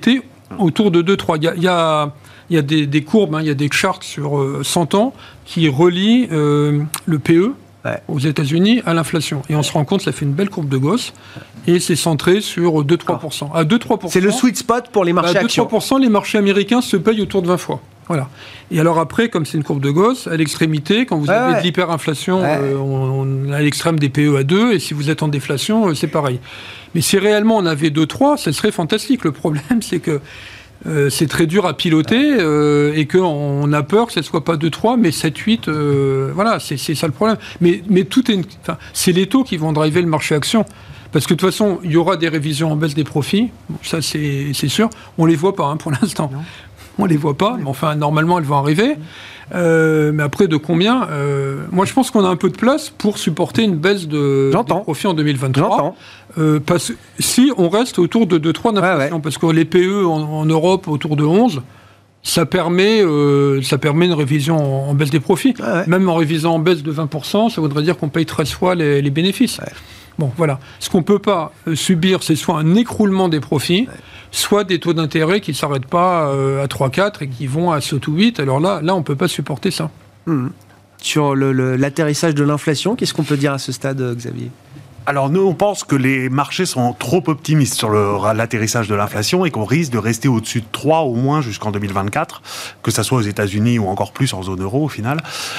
autour de deux trois. Il y a, il y a, il y a des, des courbes, hein, il y a des charts sur euh, cent ans qui relient euh, le P E ouais. aux États-Unis à l'inflation. Et on se rend compte, ça fait une belle courbe de Gauss. Et c'est centré sur deux à trois pour cent. À deux à trois pour cent c'est le sweet spot pour les marchés à actions. deux à trois pour cent, les marchés américains se payent autour de vingt fois. Voilà. Et alors après, comme c'est une courbe de Gauss, à l'extrémité, quand vous ouais, avez ouais. de l'hyperinflation, ouais. euh, on, on a à l'extrême des P E à deux, et si vous êtes en déflation, euh, c'est pareil. Mais si réellement on avait deux à trois, ça serait fantastique. Le problème, c'est que euh, c'est très dur à piloter euh, et qu'on a peur que ce ne soit pas deux à trois, mais sept à huit, euh, voilà, c'est, c'est ça le problème. Mais, mais tout est une, c'est les taux qui vont driver le marché action. Parce que de toute façon, il y aura des révisions en baisse des profits, ça c'est, c'est sûr. On ne les voit pas hein, pour l'instant. Non. On ne les voit pas, mais enfin, normalement, elles vont arriver. Euh, mais après, de combien euh, Moi, je pense qu'on a un peu de place pour supporter une baisse de profits en deux mille vingt-trois. Euh, parce, si on reste autour de deux à trois d'inflation, ouais, ouais. parce que les P E en, en Europe, autour de onze, ça permet, euh, ça permet une révision en, en baisse des profits. Ouais, ouais. Même en révisant en baisse de vingt pour cent, ça voudrait dire qu'on paye treize fois les, les bénéfices. Ouais. Bon, voilà. Ce qu'on ne peut pas subir, c'est soit un écroulement des profits, ouais. soit des taux d'intérêt qui ne s'arrêtent pas euh, à trois à quatre et qui vont à sept ou huit. Alors là, là on ne peut pas supporter ça. Mmh. Sur le, le, l'atterrissage de l'inflation, qu'est-ce qu'on peut dire à ce stade, Xavier ? Alors nous, on pense que les marchés sont trop optimistes sur le, l'atterrissage de l'inflation et qu'on risque de rester au-dessus de trois au moins jusqu'en deux mille vingt-quatre, que ça soit aux États-Unis ou encore plus en zone euro au final.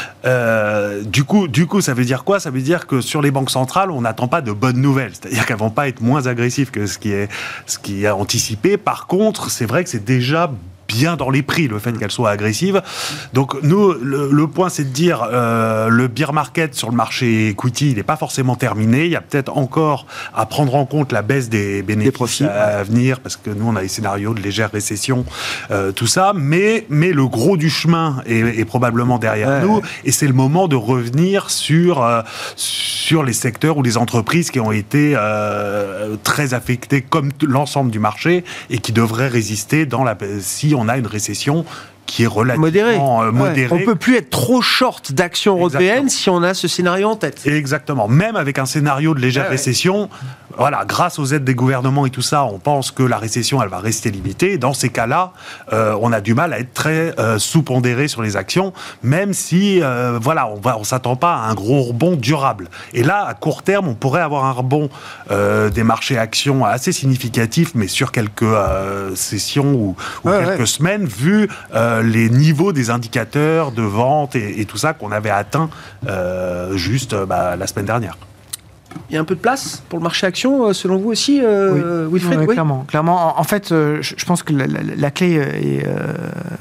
Euh, du coup, du coup, ça veut dire quoi ? Ça veut dire que sur les banques centrales, on n'attend pas de bonnes nouvelles, c'est-à-dire qu'elles vont pas être moins agressives que ce qui est, ce qui est anticipé. Par contre, c'est vrai que c'est déjà bien dans les prix, le fait qu'elle soit agressive. Donc nous, le, le point, c'est de dire euh, le bear market sur le marché equity, il n'est pas forcément terminé. Il y a peut-être encore à prendre en compte la baisse des bénéfices des profits, à ouais. venir, parce que nous, on a des scénarios de légère récession, euh, tout ça. Mais, mais le gros du chemin est, est probablement derrière ouais, nous. Ouais. Et c'est le moment de revenir sur, euh, sur les secteurs ou les entreprises qui ont été euh, très affectées, comme t- l'ensemble du marché, et qui devraient résister dans la... Si on on a une récession qui est relativement modérée. Euh, modérée. Ouais. On ne peut plus être trop short d'actions européennes si on a ce scénario en tête. Exactement. Même avec un scénario de légère ouais, récession, ouais. voilà, grâce aux aides des gouvernements et tout ça, on pense que la récession, elle va rester limitée. Dans ces cas-là, euh, on a du mal à être très euh, sous-pondéré sur les actions, même si, euh, voilà, on va, on s'attend pas à un gros rebond durable. Et là, à court terme, on pourrait avoir un rebond euh, des marchés actions assez significatif, mais sur quelques euh, sessions ou, ou ouais, quelques ouais. semaines, vu euh, les niveaux des indicateurs de vente et, et tout ça qu'on avait atteint euh, juste bah, la semaine dernière. Il y a un peu de place pour le marché action, selon vous aussi, euh, oui. Wilfried ? Oui, oui, clairement. clairement. En, en fait, euh, je pense que la, la, la clé, et euh,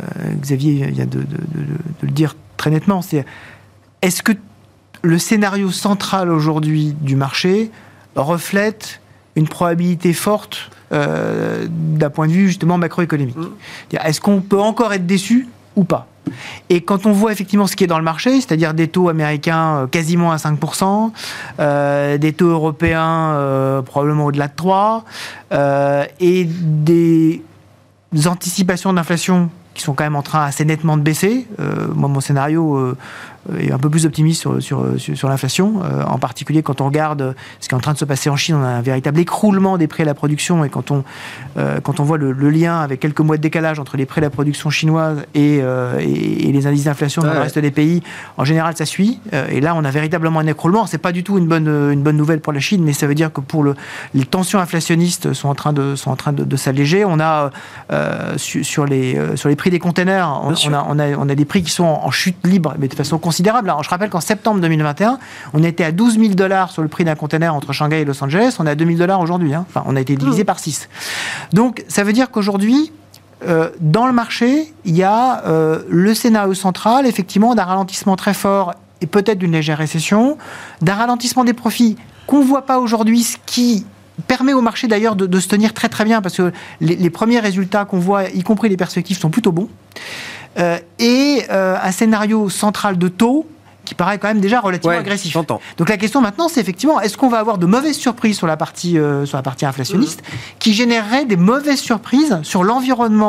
Xavier vient de, de, de, de le dire très nettement, c'est est-ce que le scénario central aujourd'hui du marché reflète une probabilité forte euh, d'un point de vue justement macroéconomique. Mmh. Est-ce qu'on peut encore être déçu ou pas ? Et quand on voit effectivement ce qui est dans le marché, c'est-à-dire des taux américains quasiment à cinq pour cent, euh, des taux européens euh, probablement au-delà de trois, euh, et des anticipations d'inflation qui sont quand même en train assez nettement de baisser. Euh, moi, mon scénario euh, est un peu plus optimiste sur, sur, sur, sur l'inflation, euh, en particulier quand on regarde ce qui est en train de se passer en Chine. On a un véritable écroulement des prix à la production, et quand on, euh, quand on voit le, le lien avec quelques mois de décalage entre les prix à la production chinoise et, euh, et, et les indices d'inflation dans ouais. le reste des pays, en général, ça suit. Euh, et là, on a véritablement un écroulement. C'est pas du tout une bonne, une bonne nouvelle pour la Chine, mais ça veut dire que pour le, les tensions inflationnistes sont en train de, sont en train de, de s'alléger. On a euh, sur, sur, les, euh, sur les prix des containers, on, on, a, on, a, on a des prix qui sont en, en chute libre, mais de façon considérable. Alors, je rappelle qu'en septembre deux mille vingt et un, on était à douze mille dollars sur le prix d'un container entre Shanghai et Los Angeles. On est à deux mille dollars aujourd'hui. Hein. Enfin, on a été divisé mmh. par six. Donc, ça veut dire qu'aujourd'hui, euh, dans le marché, il y a euh, le scénario central, effectivement, d'un ralentissement très fort et peut-être d'une légère récession, d'un ralentissement des profits qu'on ne voit pas aujourd'hui, ce qui permet au marché d'ailleurs de, de se tenir très très bien, parce que les, les premiers résultats qu'on voit, y compris les perspectives, sont plutôt bons. Euh, et euh, un scénario central de taux qui paraît quand même déjà relativement ouais, agressif. J'entends. Donc la question maintenant, c'est effectivement, est-ce qu'on va avoir de mauvaises surprises sur la partie, euh, sur la partie inflationniste, mmh. qui généreraient des mauvaises surprises sur l'environnement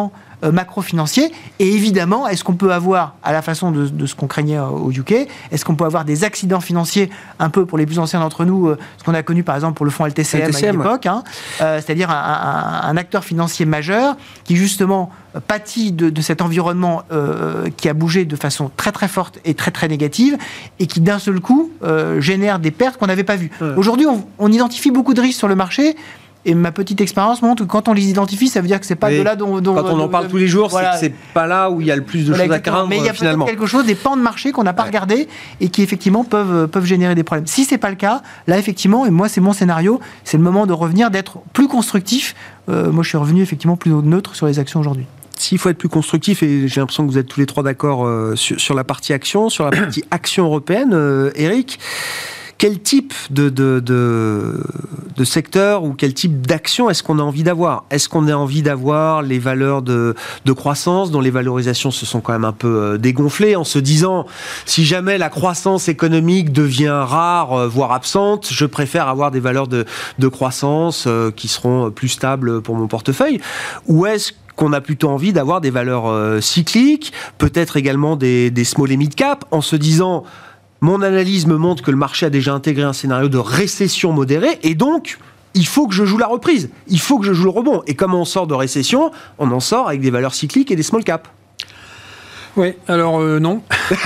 euh, macro-financiers. Et évidemment, est-ce qu'on peut avoir, à la façon de, de ce qu'on craignait au U K, est-ce qu'on peut avoir des accidents financiers, un peu pour les plus anciens d'entre nous, euh, ce qu'on a connu par exemple pour le fonds L T C M, L T C M à l'époque, hein, euh, c'est-à-dire un, un, un acteur financier majeur qui justement pâtit de, de cet environnement euh, qui a bougé de façon très très forte et très très négative et qui d'un seul coup euh, génère des pertes qu'on n'avait pas vues. Ouais. Aujourd'hui, on, on identifie beaucoup de risques sur le marché. Et ma petite expérience montre que quand on les identifie, ça veut dire que c'est pas oui. de là dont, dont quand on dont, en parle dont, tous les jours, voilà. c'est que c'est pas là où il y a le plus de voilà, choses à craindre. Mais il y a finalement peut-être quelque chose, des pans de marché qu'on n'a pas ouais. regardé et qui effectivement peuvent peuvent générer des problèmes. Si c'est pas le cas, là effectivement, et moi c'est mon scénario, c'est le moment de revenir, d'être plus constructif. Euh, moi, je suis revenu effectivement plus neutre sur les actions aujourd'hui. S'il faut être plus constructif, et j'ai l'impression que vous êtes tous les trois d'accord euh, sur, sur la partie action, sur la partie action européenne, euh, Eric. Quel type de, de, de, de secteur ou quel type d'action est-ce qu'on a envie d'avoir ? Est-ce qu'on a envie d'avoir les valeurs de, de croissance dont les valorisations se sont quand même un peu dégonflées en se disant si jamais la croissance économique devient rare, voire absente, je préfère avoir des valeurs de, de croissance qui seront plus stables pour mon portefeuille ? Ou est-ce qu'on a plutôt envie d'avoir des valeurs euh, cycliques, peut-être également des, des small et mid cap, en se disant mon analyse me montre que le marché a déjà intégré un scénario de récession modérée, et donc il faut que je joue la reprise, il faut que je joue le rebond. Et comme on sort de récession, on en sort avec des valeurs cycliques et des small cap. Oui, alors euh, non.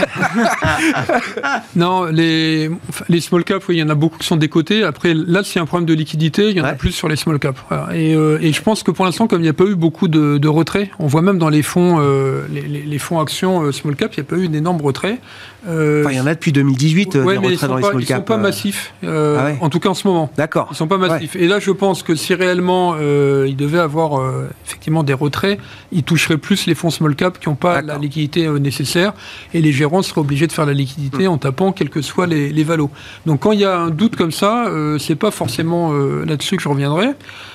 non, les, les small caps, oui, il y en a beaucoup qui sont décotés. Après, là, c'est un problème de liquidité, il y en ouais. a plus sur les small caps. Voilà. Et, euh, et je pense que pour l'instant, comme il n'y a pas eu beaucoup de, de retraits, on voit même dans les fonds, euh, les, les fonds actions euh, small cap, il n'y a pas eu d'énormes retraits. Euh, enfin, il y en a depuis deux mille dix-huit, euh, ouais, des retraits dans les pas, small ils cap. Ils ne sont pas euh... massifs, euh, ah ouais. en tout cas en ce moment. D'accord. Ils ne sont pas massifs. Ouais. Et là, je pense que si réellement euh, il devait avoir euh, effectivement des retraits, ils toucheraient plus les fonds small cap qui n'ont pas D'accord. la liquidité euh, nécessaire. Et les gérants seraient obligés de faire la liquidité mmh. en tapant quels que soient les, les valos. Donc quand il y a un doute comme ça, euh, c'est pas forcément euh, là-dessus que je reviendrai.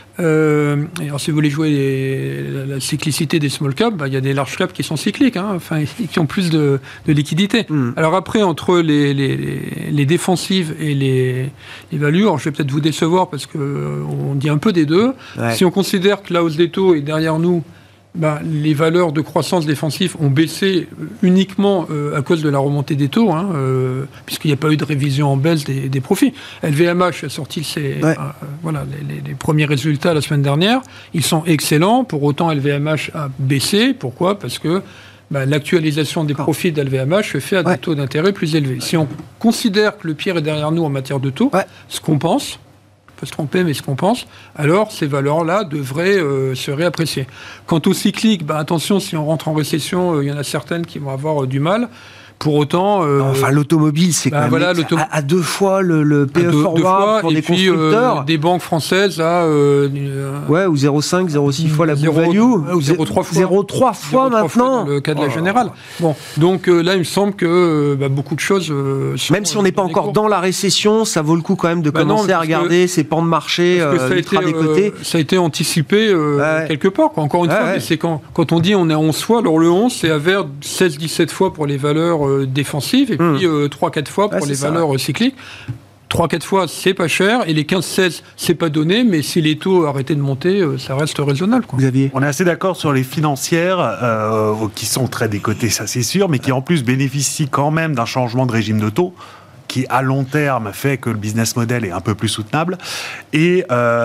Euh, alors si vous voulez jouer les, la, la cyclicité des small caps, bah, il y a des large caps qui sont cycliques, hein, enfin, qui ont plus de, de liquidité. Mmh. Alors après, entre les, les, les, les défensives et les, les values, alors je vais peut-être vous décevoir parce qu'on dit un peu des deux. Ouais. Si on considère que la hausse des taux est derrière nous, ben, les valeurs de croissance défensive ont baissé uniquement euh, à cause de la remontée des taux, hein, euh, puisqu'il n'y a pas eu de révision en baisse des, des profits. L V M H a sorti ses, ouais. euh, voilà, les, les premiers résultats la semaine dernière. Ils sont excellents. Pour autant, L V M H a baissé. Pourquoi ? Parce que ben, l'actualisation des profits d'L V M H se fait à ouais. des taux d'intérêt plus élevés. Si on considère que le pire est derrière nous en matière de taux, ouais. ce qu'on pense... se tromper, mais ce qu'on pense, alors ces valeurs-là devraient euh, se réapprécier. Quant au cyclique, bah, attention, si on rentre en récession, il euh, y en a certaines qui vont avoir euh, du mal. Pour autant... Euh, enfin, l'automobile, c'est bah, quand même voilà, à, à deux fois le, le P E deux, forward deux fois, pour et des puis, constructeurs. Euh, des banques françaises à... Euh, ouais, ou zéro virgule cinq, zéro virgule six fois la book value. Ou zéro virgule trois fois. zéro virgule trois fois maintenant. Fois dans le cas de la oh. Générale. Bon, donc euh, là, il me semble que bah, beaucoup de choses... Euh, sont, même si on n'est pas encore cours. dans la récession, ça vaut le coup quand même de bah commencer non, à regarder que, ces pans de marché euh, ultra décotés. Ça a été anticipé euh, ouais. quelque part. Quoi. Encore une ouais, fois, ouais. c'est quand, quand on dit on est à onze fois, alors le onze, c'est à vers seize dix-sept fois pour les valeurs euh, défensives. Et puis euh, trois quatre fois pour ah, les valeurs ça. cycliques. trois quatre fois, c'est pas cher. Et les quinze seize, c'est pas donné. Mais si les taux arrêtaient de monter, euh, ça reste raisonnable. Quoi. Xavier. On est assez d'accord sur les financières, euh, qui sont très décotées, ça c'est sûr, mais qui en plus bénéficient quand même d'un changement de régime de taux, qui à long terme fait que le business model est un peu plus soutenable, et,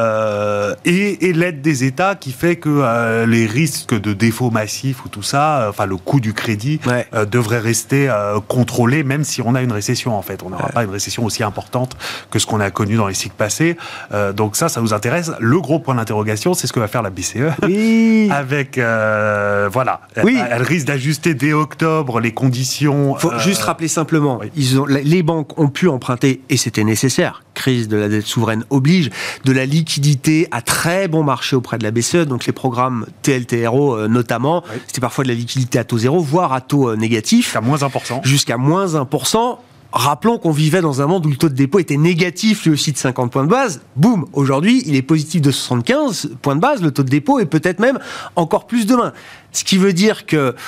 euh, et, et l'aide des États qui fait que euh, les risques de défaut massif ou tout ça, euh, enfin le coût du crédit, ouais. euh, devrait rester euh, contrôlé, même si on a une récession en fait. On n'aura ouais. pas une récession aussi importante que ce qu'on a connu dans les cycles passés. Euh, donc ça, ça nous intéresse. Le gros point d'interrogation, c'est ce que va faire la B C E. Oui. Avec, euh, voilà, oui. elle, elle risque d'ajuster dès octobre les conditions. Il faut euh, juste rappeler simplement, oui. ils ont, les banques ont pu emprunter, et c'était nécessaire, crise de la dette souveraine oblige, de la liquidité à très bon marché auprès de la B C E, donc les programmes T L T R O euh, notamment, oui. c'était parfois de la liquidité à taux zéro, voire à taux euh, négatif. Jusqu'à moins un pour cent. Jusqu'à moins un pour cent. Rappelons qu'on vivait dans un monde où le taux de dépôt était négatif, lui aussi de cinquante points de base. Boum, aujourd'hui, il est positif de soixante-quinze points de base, le taux de dépôt, et peut-être même encore plus demain. Ce qui veut dire que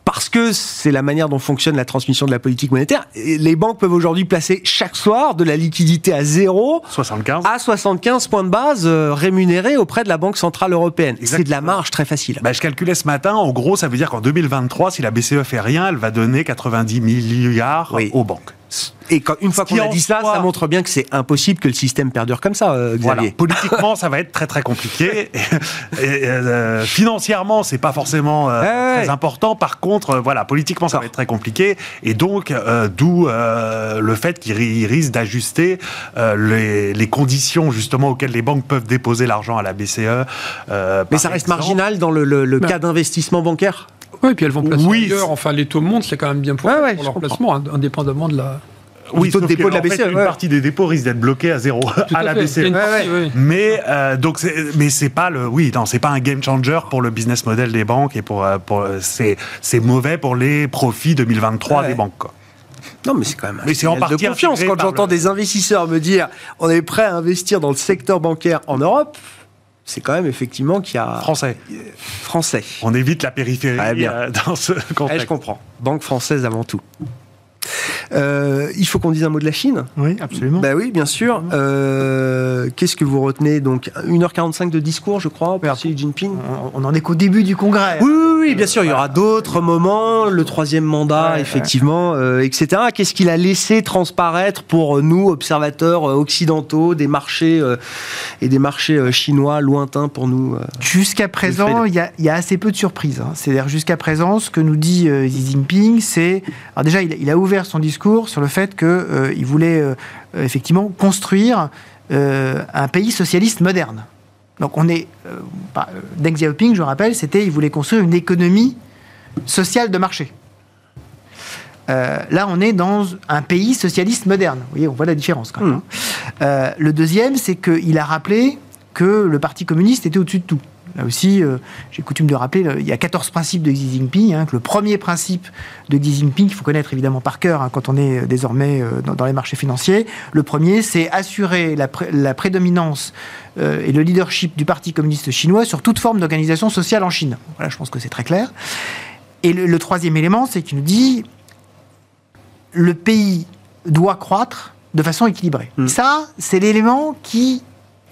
parce que c'est la manière dont fonctionne la transmission de la politique monétaire. Et les banques peuvent aujourd'hui placer chaque soir de la liquidité à zéro soixante-quinze à soixante-quinze points de base euh, rémunérés auprès de la Banque Centrale Européenne. Exactement. C'est de la marge très facile. Bah, je calculais ce matin, en gros, ça veut dire qu'en deux mille vingt-trois, si la B C E fait rien, elle va donner quatre-vingt-dix milliards oui. aux banques. Et quand, une fois qu'on a dit ça, soit... ça montre bien que c'est impossible que le système perdure comme ça, euh, Xavier. Voilà. Politiquement, ça va être très très compliqué. et, et, euh, financièrement, c'est pas forcément euh, ouais, très ouais. important. Par contre, euh, voilà, politiquement, ça va être très compliqué. Et donc, euh, d'où euh, le fait qu'il risque d'ajuster euh, les, les conditions justement auxquelles les banques peuvent déposer l'argent à la B C E. Euh, Mais ça reste exemple. marginal dans le, le, le cas d'investissement bancaire. Oui, et puis elles vont placer oui, ailleurs. Enfin, les taux montent, c'est quand même bien pour, ouais, ouais, pour leur placement, indépendamment de la... Oui, taux de dépôt de la B C E. En fait, une ouais. partie des dépôts risque d'être bloqués à zéro à, à la B C E. Ouais, ouais. Ouais. Mais euh, donc, c'est, mais c'est pas le, oui, non, c'est pas un game changer pour le business model des banques et pour, pour c'est, c'est mauvais pour les profits deux mille vingt-trois ouais. des banques, quoi. Non, mais c'est quand même un mais c'est en partie de confiance quand j'entends le... des investisseurs me dire on est prêt à investir dans le secteur bancaire en Europe. C'est quand même effectivement qu'il y a... Français. Français. On évite la périphérie ah, bien. Euh, dans ce contexte. Ah, je comprends. Banque française avant tout. Euh, il faut qu'on dise un mot de la Chine. Oui, absolument. Bah oui, bien sûr. Euh, qu'est-ce que vous retenez? Donc, une heure quarante-cinq de discours, je crois, pour Xi Jinping. On en est qu'au début du congrès. Oui, oui, oui, bien sûr. Il y aura d'autres moments, le troisième mandat, ouais, effectivement, ouais. Euh, et cetera. Qu'est-ce qu'il a laissé transparaître pour nous, observateurs occidentaux, des marchés euh, et des marchés euh, chinois lointains pour nous? Euh, jusqu'à présent, il y, y a assez peu de surprises. Hein. C'est-à-dire, jusqu'à présent, ce que nous dit euh, Xi Jinping, c'est... Alors déjà, il, il a ouvert son discours sur le fait qu'il euh, voulait euh, effectivement construire euh, un pays socialiste moderne. Donc on est... Euh, bah, Deng Xiaoping, je rappelle, c'était il voulait construire une économie sociale de marché. Euh, là, on est dans un pays socialiste moderne. Vous voyez, on voit la différence quand même. Mmh. Euh, le deuxième, c'est qu'il a rappelé que le Parti communiste était au-dessus de tout. Là aussi, euh, j'ai coutume de rappeler, il y a quatorze principes de Xi Jinping. Hein, que le premier principe de Xi Jinping, qu'il faut connaître évidemment par cœur hein, quand on est désormais euh, dans, dans les marchés financiers, le premier, c'est assurer la, pré- la prédominance euh, et le leadership du Parti communiste chinois sur toute forme d'organisation sociale en Chine. Voilà, je pense que c'est très clair. Et le, le troisième élément, c'est qu'il nous dit le pays doit croître de façon équilibrée. Mmh. Ça, c'est l'élément qui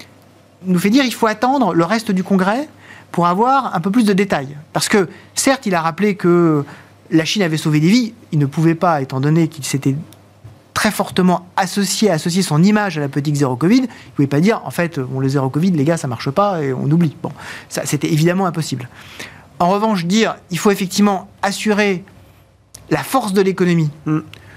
nous fait dire qu'il faut attendre le reste du Congrès pour avoir un peu plus de détails. Parce que, certes, il a rappelé que la Chine avait sauvé des vies. Il ne pouvait pas, étant donné qu'il s'était très fortement associé, associé son image à la politique zéro Covid, il ne pouvait pas dire, en fait, bon, le zéro Covid, les gars, ça ne marche pas et on oublie. Bon, ça, c'était évidemment impossible. En revanche, dire, il faut effectivement assurer la force de l'économie mmh.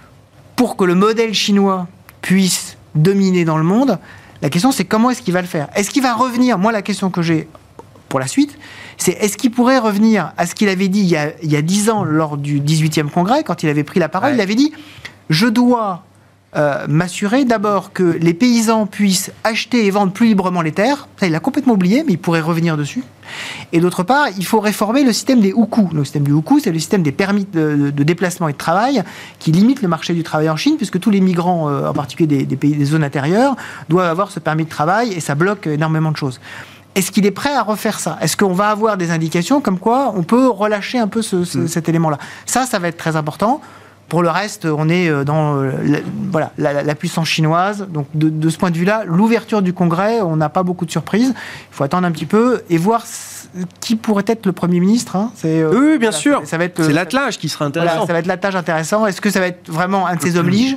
pour que le modèle chinois puisse dominer dans le monde. La question, c'est comment est-ce qu'il va le faire? Est-ce qu'il va revenir? Moi, la question que j'ai pour la suite, c'est est-ce qu'il pourrait revenir à ce qu'il avait dit il y a, il y a dix ans lors du dix-huitième congrès, quand il avait pris la parole, ouais. Il avait dit « Je dois euh, m'assurer d'abord que les paysans puissent acheter et vendre plus librement les terres. » Ça, il l'a complètement oublié, mais il pourrait revenir dessus. Et d'autre part, il faut réformer le système des hukou. Le système du hukou, c'est le système des permis de, de déplacement et de travail qui limite le marché du travail en Chine, puisque tous les migrants, euh, en particulier des, des pays des zones intérieures, doivent avoir ce permis de travail et ça bloque énormément de choses. Est-ce qu'il est prêt à refaire ça? Est-ce qu'on va avoir des indications comme quoi on peut relâcher un peu ce, ce, mmh. cet élément-là? Ça, ça va être très important. Pour le reste, on est dans la, voilà, la, la puissance chinoise. Donc, de, de ce point de vue-là, l'ouverture du Congrès, on n'a pas beaucoup de surprises. Il faut attendre un petit peu et voir qui pourrait être le Premier ministre. Hein. C'est, oui, oui, bien voilà, sûr. Ça, ça va être, c'est l'attelage qui sera intéressant. Voilà, ça va être l'attelage intéressant. Est-ce que ça va être vraiment un de ses hommes liges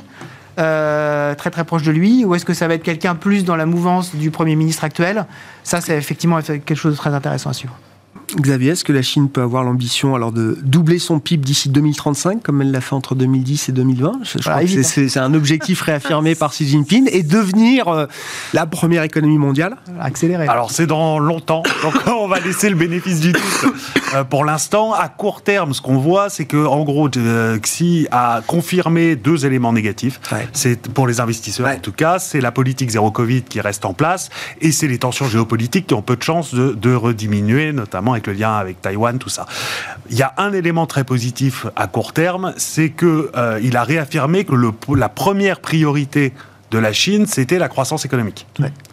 Euh, très très proche de lui, ou est-ce que ça va être quelqu'un plus dans la mouvance du Premier ministre actuel? Ça, c'est effectivement quelque chose de très intéressant à suivre. Xavier, est-ce que la Chine peut avoir l'ambition alors de doubler son P I B d'ici deux mille trente-cinq, comme elle l'a fait entre deux mille dix et deux mille vingt? Je, je voilà, crois que c'est, c'est un objectif réaffirmé par Xi Jinping, et devenir euh, la première économie mondiale? Accélérer. Alors, c'est dans longtemps, donc on va laisser le bénéfice du doute. Euh, pour l'instant, à court terme, ce qu'on voit, c'est que en gros, euh, Xi a confirmé deux éléments négatifs. Ouais. C'est pour les investisseurs, ouais. En tout cas, c'est la politique zéro Covid qui reste en place, et c'est les tensions géopolitiques qui ont peu de chances de, de rediminuer, notamment avec le lien avec Taïwan, tout ça. Il y a un élément très positif à court terme, c'est que euh, il a réaffirmé que le, la première priorité de la Chine, c'était la croissance économique. Ouais.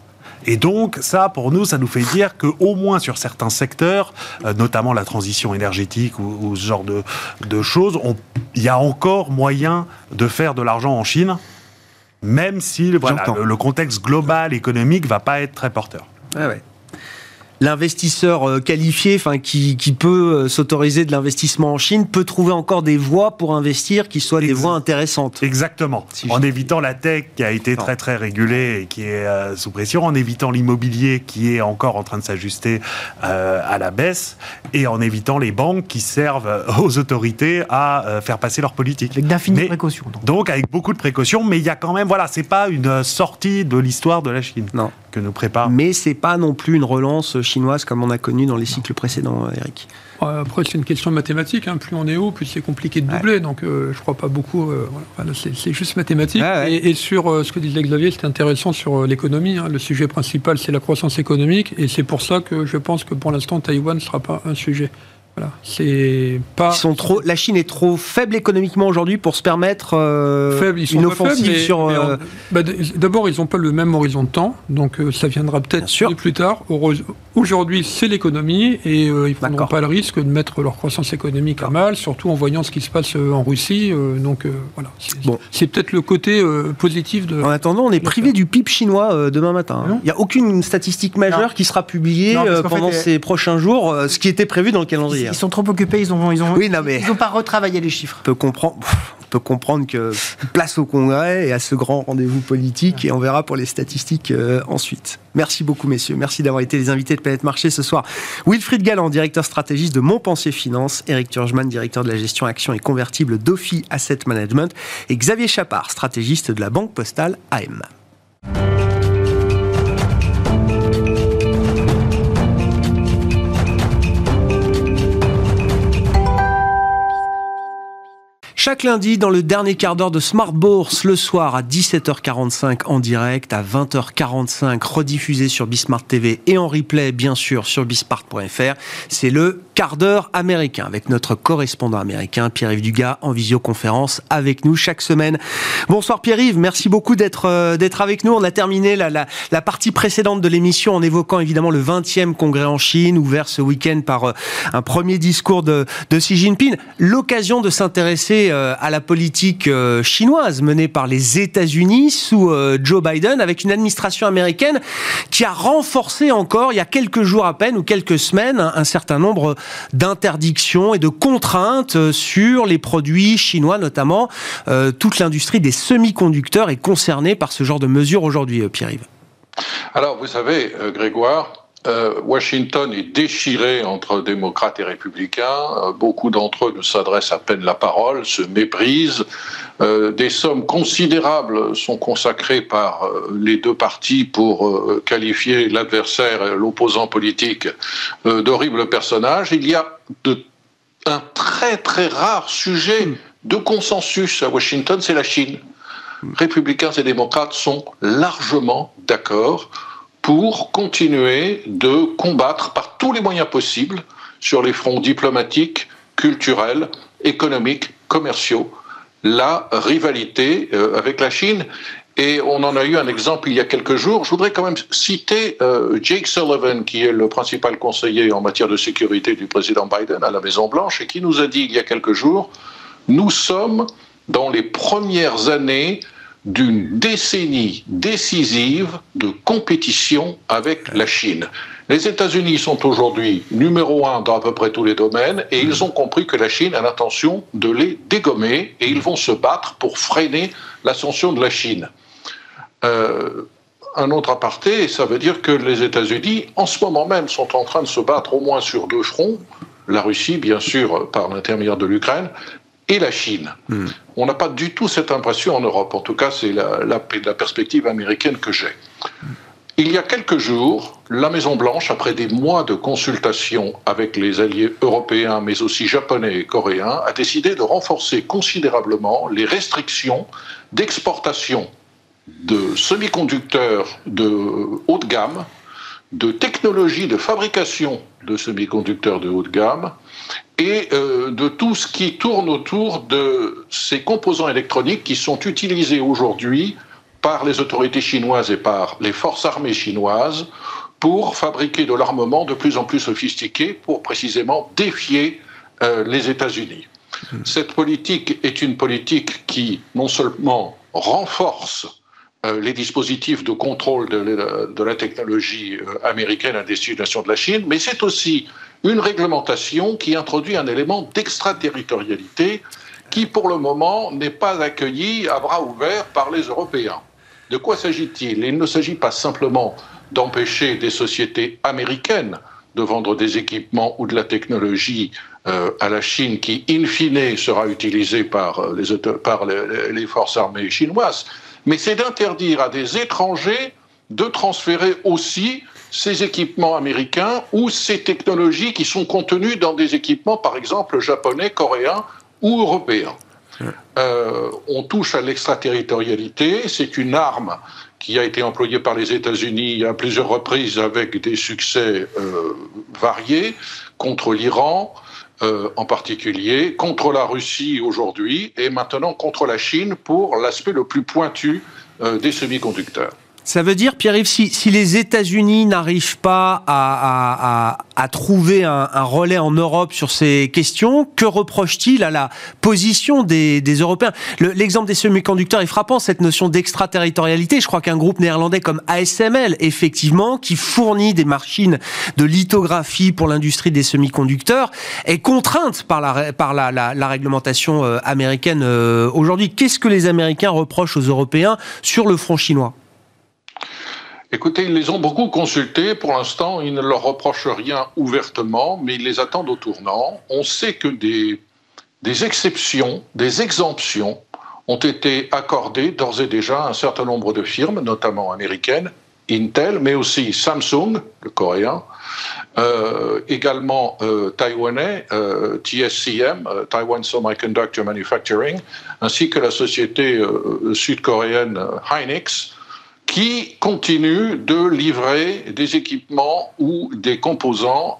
Et donc, ça, pour nous, ça nous fait dire qu'au moins sur certains secteurs, euh, notamment la transition énergétique ou, ou ce genre de, de choses, il y a encore moyen de faire de l'argent en Chine, même si voilà, le, le contexte global économique ne va pas être très porteur. Ah ouais. L'investisseur qualifié, enfin qui, qui peut s'autoriser de l'investissement en Chine, peut trouver encore des voies pour investir qui soient des Ex- voies intéressantes. Exactement. Si en évitant la tech qui a été non. très très régulée et qui est euh, sous pression, en évitant l'immobilier qui est encore en train de s'ajuster euh, à la baisse, et en évitant les banques qui servent aux autorités à euh, faire passer leur politique. Avec d'infinies précautions. Donc. donc avec beaucoup de précautions, mais il y a quand même, voilà, c'est pas une sortie de l'histoire de la Chine non. que nous prépare. Mais c'est pas non plus une relance chinoise comme on a connu dans les cycles précédents, Eric. Après, c'est une question de mathématiques. Hein. Plus on est haut, plus c'est compliqué de doubler. Ouais. Donc, euh, je ne crois pas beaucoup. Euh, voilà. c'est, c'est juste mathématique. Ouais, ouais. Et, et sur euh, ce que disait Xavier, c'était intéressant sur euh, l'économie. Hein. Le sujet principal, c'est la croissance économique. Et c'est pour ça que je pense que pour l'instant, Taïwan ne sera pas un sujet. Voilà, c'est pas. Ils sont trop. La Chine est trop faible économiquement aujourd'hui pour se permettre euh, faible, ils sont une offensive faibles, mais, sur. Mais euh... bah, d'abord, ils n'ont pas le même horizon de temps, donc euh, ça viendra peut-être plus tard. Aujourd'hui, c'est l'économie et euh, ils ne prendront pas le risque de mettre leur croissance économique à mal, surtout en voyant ce qui se passe en Russie. Euh, donc euh, voilà, c'est, bon. c'est peut-être le côté euh, positif de. En attendant, on est privé du P I B chinois euh, demain matin. Il n'y a aucune statistique majeure non. qui sera publiée non, euh, pendant fait, ces euh... prochains jours, euh, ce qui était prévu dans le calendrier. Ils sont trop occupés, ils ont, ils ont, oui, non, mais ils ont pas retravaillé les chiffres. On peut comprendre, on peut comprendre que place au Congrès et à ce grand rendez-vous politique, et on verra pour les statistiques euh, ensuite. Merci beaucoup, messieurs. Merci d'avoir été les invités de Planète Marché ce soir. Wilfried Galland, directeur stratégiste de Montpensier Finance, Eric Turgeman, directeur de la gestion actions et convertibles d'Ophi Asset Management, et Xavier Chapard, stratégiste de la Banque Postale A M. Chaque lundi, dans le dernier quart d'heure de Smart Bourse, le soir à dix-sept heures quarante-cinq en direct, à vingt heures quarante-cinq, rediffusé sur Bismart T V et en replay, bien sûr, sur bismart point f r. C'est le quart d'heure américain avec notre correspondant américain, Pierre-Yves Dugas, en visioconférence avec nous chaque semaine. Bonsoir Pierre-Yves, merci beaucoup d'être, euh, d'être avec nous. On a terminé la, la, la partie précédente de l'émission en évoquant évidemment le vingtième congrès en Chine, ouvert ce week-end par euh, un premier discours de, de Xi Jinping. L'occasion de s'intéresser euh, à la politique euh, chinoise menée par les États-Unis sous euh, Joe Biden, avec une administration américaine qui a renforcé encore, il y a quelques jours à peine ou quelques semaines, un, un certain nombre d'interdictions et de contraintes sur les produits chinois, notamment euh, toute l'industrie des semi-conducteurs est concernée par ce genre de mesures aujourd'hui, euh, Pierre-Yves. Alors, vous savez, euh, Grégoire, Euh, Washington est déchiré entre démocrates et républicains. Euh, beaucoup d'entre eux ne s'adressent à peine la parole, se méprisent. Euh, des sommes considérables sont consacrées par euh, les deux partis pour euh, qualifier l'adversaire, l'opposant politique, euh, d'horribles personnages. Il y a de, un très très rare sujet de consensus à Washington, c'est la Chine. Républicains et démocrates sont largement d'accord pour continuer de combattre par tous les moyens possibles sur les fronts diplomatiques, culturels, économiques, commerciaux, la rivalité euh, avec la Chine. Et on en a eu un exemple il y a quelques jours. Je voudrais quand même citer euh, Jake Sullivan, qui est le principal conseiller en matière de sécurité du président Biden à la Maison-Blanche, et qui nous a dit il y a quelques jours, nous sommes dans les premières années d'une décennie décisive de compétition avec la Chine. Les États-Unis sont aujourd'hui numéro un dans à peu près tous les domaines et ils ont compris que la Chine a l'intention de les dégommer et ils vont se battre pour freiner l'ascension de la Chine. Euh, un autre aparté, ça veut dire que les États-Unis, en ce moment même, sont en train de se battre au moins sur deux fronts. La Russie, bien sûr, par l'intermédiaire de l'Ukraine, et la Chine. Mmh. On n'a pas du tout cette impression en Europe. En tout cas, c'est la, la, la perspective américaine que j'ai. Mmh. Il y a quelques jours, la Maison-Blanche, après des mois de consultations avec les alliés européens, mais aussi japonais et coréens, a décidé de renforcer considérablement les restrictions d'exportation de semi-conducteurs de haut de gamme, de technologies de fabrication de semi-conducteurs de haut de gamme, et euh, de tout ce qui tourne autour de ces composants électroniques qui sont utilisés aujourd'hui par les autorités chinoises et par les forces armées chinoises pour fabriquer de l'armement de plus en plus sophistiqué pour précisément défier euh, les États-Unis. Mmh. Cette politique est une politique qui non seulement renforce euh, les dispositifs de contrôle de, de, de la technologie euh, américaine à destination de la Chine, mais c'est aussi une réglementation qui introduit un élément d'extraterritorialité qui, pour le moment, n'est pas accueilli à bras ouverts par les Européens. De quoi s'agit-il ? Il ne s'agit pas simplement d'empêcher des sociétés américaines de vendre des équipements ou de la technologie euh, à la Chine qui, in fine, sera utilisée par, les, par les, les forces armées chinoises, mais c'est d'interdire à des étrangers de transférer aussi ces équipements américains ou ces technologies qui sont contenues dans des équipements, par exemple, japonais, coréens ou européens. Euh, on touche à l'extraterritorialité, c'est une arme qui a été employée par les États-Unis à plusieurs reprises avec des succès euh, variés, contre l'Iran euh, en particulier, contre la Russie aujourd'hui et maintenant contre la Chine pour l'aspect le plus pointu euh, des semi-conducteurs. Ça veut dire, Pierre-Yves, si, si les États-Unis n'arrivent pas à, à, à, à trouver un, un relais en Europe sur ces questions, que reproche-t-il à la position des, des Européens ? Le, L'exemple des semi-conducteurs est frappant, cette notion d'extraterritorialité. Je crois qu'un groupe néerlandais comme A S M L, effectivement, qui fournit des machines de lithographie pour l'industrie des semi-conducteurs, est contrainte par la, par la, la, la réglementation euh, américaine euh, aujourd'hui. Qu'est-ce que les Américains reprochent aux Européens sur le front chinois ? Écoutez, ils les ont beaucoup consultés. Pour l'instant, ils ne leur reprochent rien ouvertement, mais ils les attendent au tournant. On sait que des, des exceptions, des exemptions ont été accordées d'ores et déjà à un certain nombre de firmes, notamment américaines, Intel, mais aussi Samsung, le coréen, euh, également euh, taïwanais, euh, T S C M, euh, Taiwan Semiconductor Manufacturing, ainsi que la société euh, sud-coréenne Hynix, qui continue de livrer des équipements ou des composants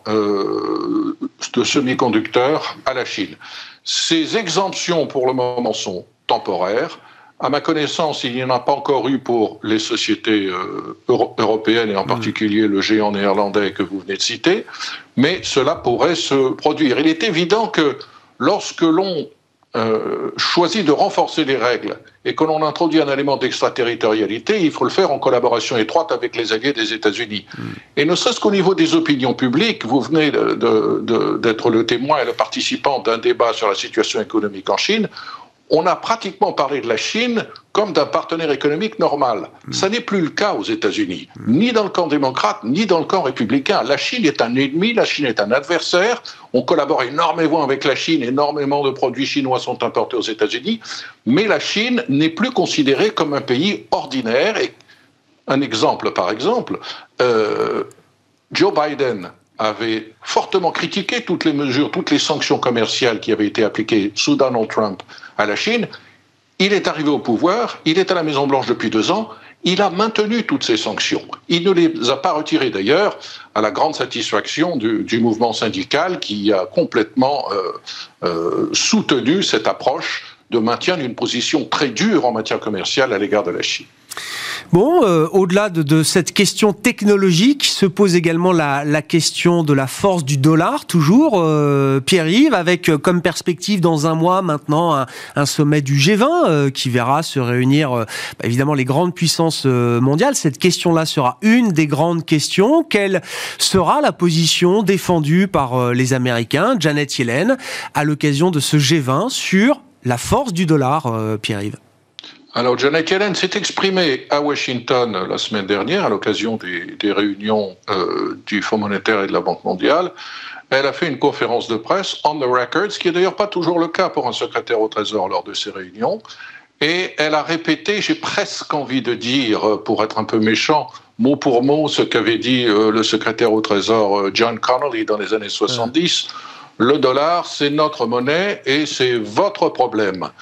euh, de semi-conducteurs à la Chine. Ces exemptions, pour le moment, sont temporaires. À ma connaissance, il n'y en a pas encore eu pour les sociétés euh, euro- européennes, et en particulier le géant néerlandais que vous venez de citer, mais cela pourrait se produire. Il est évident que lorsque l'on Euh, choisit de renforcer les règles et que l'on introduit un élément d'extraterritorialité, il faut le faire en collaboration étroite avec les alliés des États-Unis. Mmh. Et ne serait-ce qu'au niveau des opinions publiques, vous venez de, de, de, d'être le témoin et le participant d'un débat sur la situation économique en Chine. On a pratiquement parlé de la Chine comme d'un partenaire économique normal. Mmh. Ça n'est plus le cas aux États-Unis, mmh. ni dans le camp démocrate, ni dans le camp républicain. La Chine est un ennemi, la Chine est un adversaire. On collabore énormément avec la Chine, énormément de produits chinois sont importés aux États-Unis, mais la Chine n'est plus considérée comme un pays ordinaire. Et un exemple, par exemple, euh, Joe Biden avait fortement critiqué toutes les mesures, toutes les sanctions commerciales qui avaient été appliquées sous Donald Trump à la Chine. Il est arrivé au pouvoir, il est à la Maison-Blanche depuis deux ans, il a maintenu toutes ces sanctions. Il ne les a pas retirées d'ailleurs, à la grande satisfaction du, du mouvement syndical qui a complètement euh, euh, soutenu cette approche de maintien d'une position très dure en matière commerciale à l'égard de la Chine. Bon, euh, au-delà de, de cette question technologique, se pose également la, la question de la force du dollar, toujours, euh, Pierre-Yves, avec euh, comme perspective dans un mois maintenant un, un sommet du G vingt euh, qui verra se réunir euh, bah, évidemment les grandes puissances euh, mondiales. Cette question-là sera une des grandes questions. Quelle sera la position défendue par euh, les Américains, Janet Yellen, à l'occasion de ce G vingt sur la force du dollar, euh, Pierre-Yves ? Alors, Janet Yellen s'est exprimée à Washington la semaine dernière à l'occasion des, des réunions euh, du Fonds monétaire et de la Banque mondiale. Elle a fait une conférence de presse on the record, ce qui n'est d'ailleurs pas toujours le cas pour un secrétaire au Trésor lors de ces réunions. Et elle a répété, j'ai presque envie de dire, pour être un peu méchant, mot pour mot, ce qu'avait dit euh, le secrétaire au Trésor John Connolly dans les années soixante-dix. Ouais. Le dollar, c'est notre monnaie et c'est votre problème.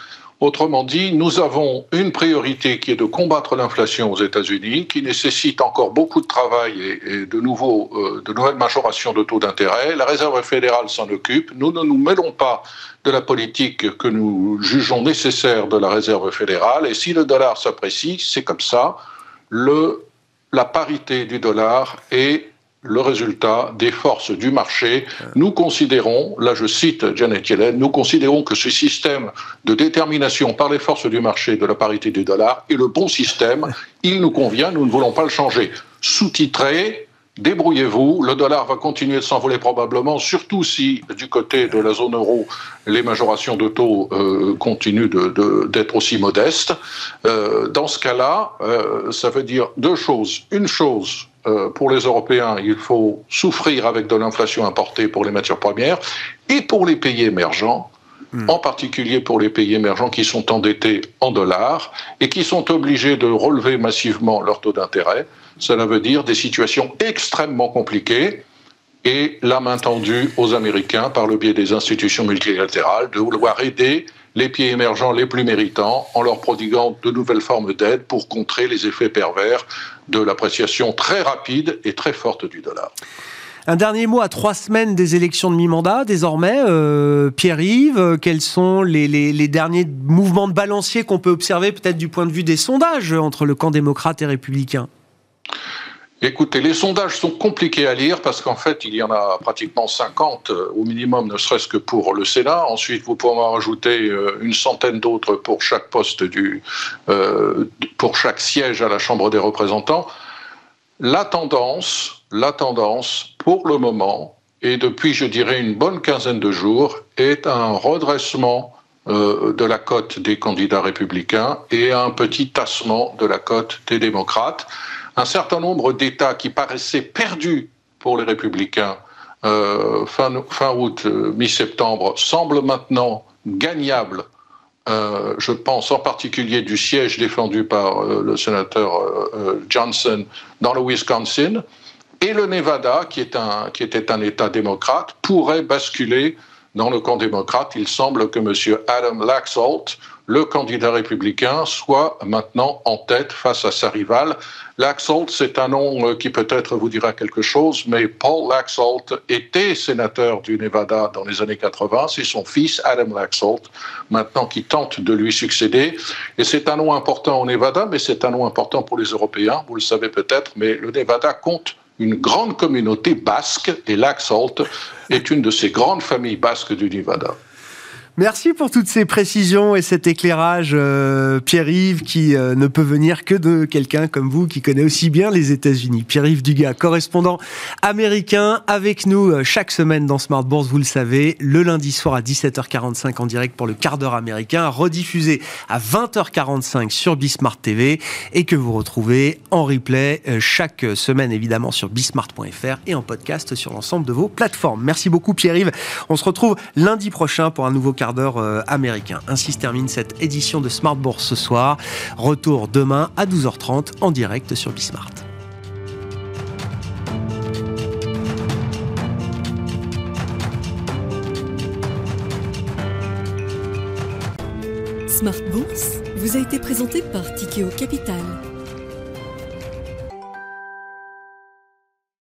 Autrement dit, nous avons une priorité qui est de combattre l'inflation aux États-Unis, qui nécessite encore beaucoup de travail et, et de, nouveaux, euh, de nouvelles majorations de taux d'intérêt. La Réserve fédérale s'en occupe. Nous ne nous mêlons pas de la politique que nous jugeons nécessaire de la Réserve fédérale. Et si le dollar s'apprécie, c'est comme ça. Le, la parité du dollar est le résultat des forces du marché. Nous considérons, là je cite Janet Yellen, nous considérons que ce système de détermination par les forces du marché de la parité du dollar est le bon système. Il nous convient, nous ne voulons pas le changer. Sous-titré, débrouillez-vous, le dollar va continuer de s'envoler probablement, surtout si du côté de la zone euro, les majorations de taux euh, continuent de, de, d'être aussi modestes. Euh, dans ce cas-là, euh, ça veut dire deux choses. Une chose, euh, pour les Européens, il faut souffrir avec de l'inflation importée pour les matières premières, et pour les pays émergents, mmh. en particulier pour les pays émergents qui sont endettés en dollars et qui sont obligés de relever massivement leur taux d'intérêt. Cela veut dire des situations extrêmement compliquées et la main tendue aux Américains par le biais des institutions multilatérales de vouloir aider les pays émergents les plus méritants en leur prodiguant de nouvelles formes d'aide pour contrer les effets pervers de l'appréciation très rapide et très forte du dollar. Un dernier mot à trois semaines des élections de mi-mandat, désormais. Euh, Pierre-Yves, quels sont les, les, les derniers mouvements de balancier qu'on peut observer peut-être du point de vue des sondages entre le camp démocrate et républicain ? Écoutez, les sondages sont compliqués à lire parce qu'en fait, il y en a pratiquement cinquante au minimum, ne serait-ce que pour le Sénat. Ensuite, vous pouvez en rajouter une centaine d'autres pour chaque poste du, euh, pour chaque siège à la Chambre des représentants. La tendance, la tendance, pour le moment, et depuis, je dirais, une bonne quinzaine de jours, est un redressement euh, de la cote des candidats républicains et un petit tassement de la cote des démocrates. Un certain nombre d'États qui paraissaient perdus pour les Républicains euh, fin, fin août, euh, mi-septembre, semblent maintenant gagnables. Euh, je pense en particulier du siège défendu par euh, le sénateur euh, Johnson dans le Wisconsin. Et le Nevada, qui, est un, qui était un État démocrate, pourrait basculer dans le camp démocrate. Il semble que M. Adam Laxalt, le candidat républicain, soit maintenant en tête face à sa rivale. Laxalt, c'est un nom qui peut-être vous dira quelque chose, mais Paul Laxalt était sénateur du Nevada dans les années quatre-vingts. C'est son fils, Adam Laxalt, maintenant qui tente de lui succéder. Et c'est un nom important au Nevada, mais c'est un nom important pour les Européens. Vous le savez peut-être, mais le Nevada compte une grande communauté basque, et Laxalt est une de ces grandes familles basques du Nevada. Merci pour toutes ces précisions et cet éclairage, euh, Pierre-Yves, qui euh, ne peut venir que de quelqu'un comme vous qui connaît aussi bien les États-Unis. Pierre-Yves Dugas, correspondant américain, avec nous euh, chaque semaine dans Smart Bourse, vous le savez, le lundi soir à dix-sept heures quarante-cinq en direct pour le quart d'heure américain, rediffusé à vingt heures quarante-cinq sur Bismart T V et que vous retrouvez en replay euh, chaque semaine évidemment sur bismart point f r et en podcast sur l'ensemble de vos plateformes. Merci beaucoup Pierre-Yves. On se retrouve lundi prochain pour un nouveau quart d'heure euh, américain. Ainsi se termine cette édition de Smart Bourse ce soir. Retour demain à douze heures trente en direct sur Bismart. Smart Bourse vous a été présenté par Tikeo Capital.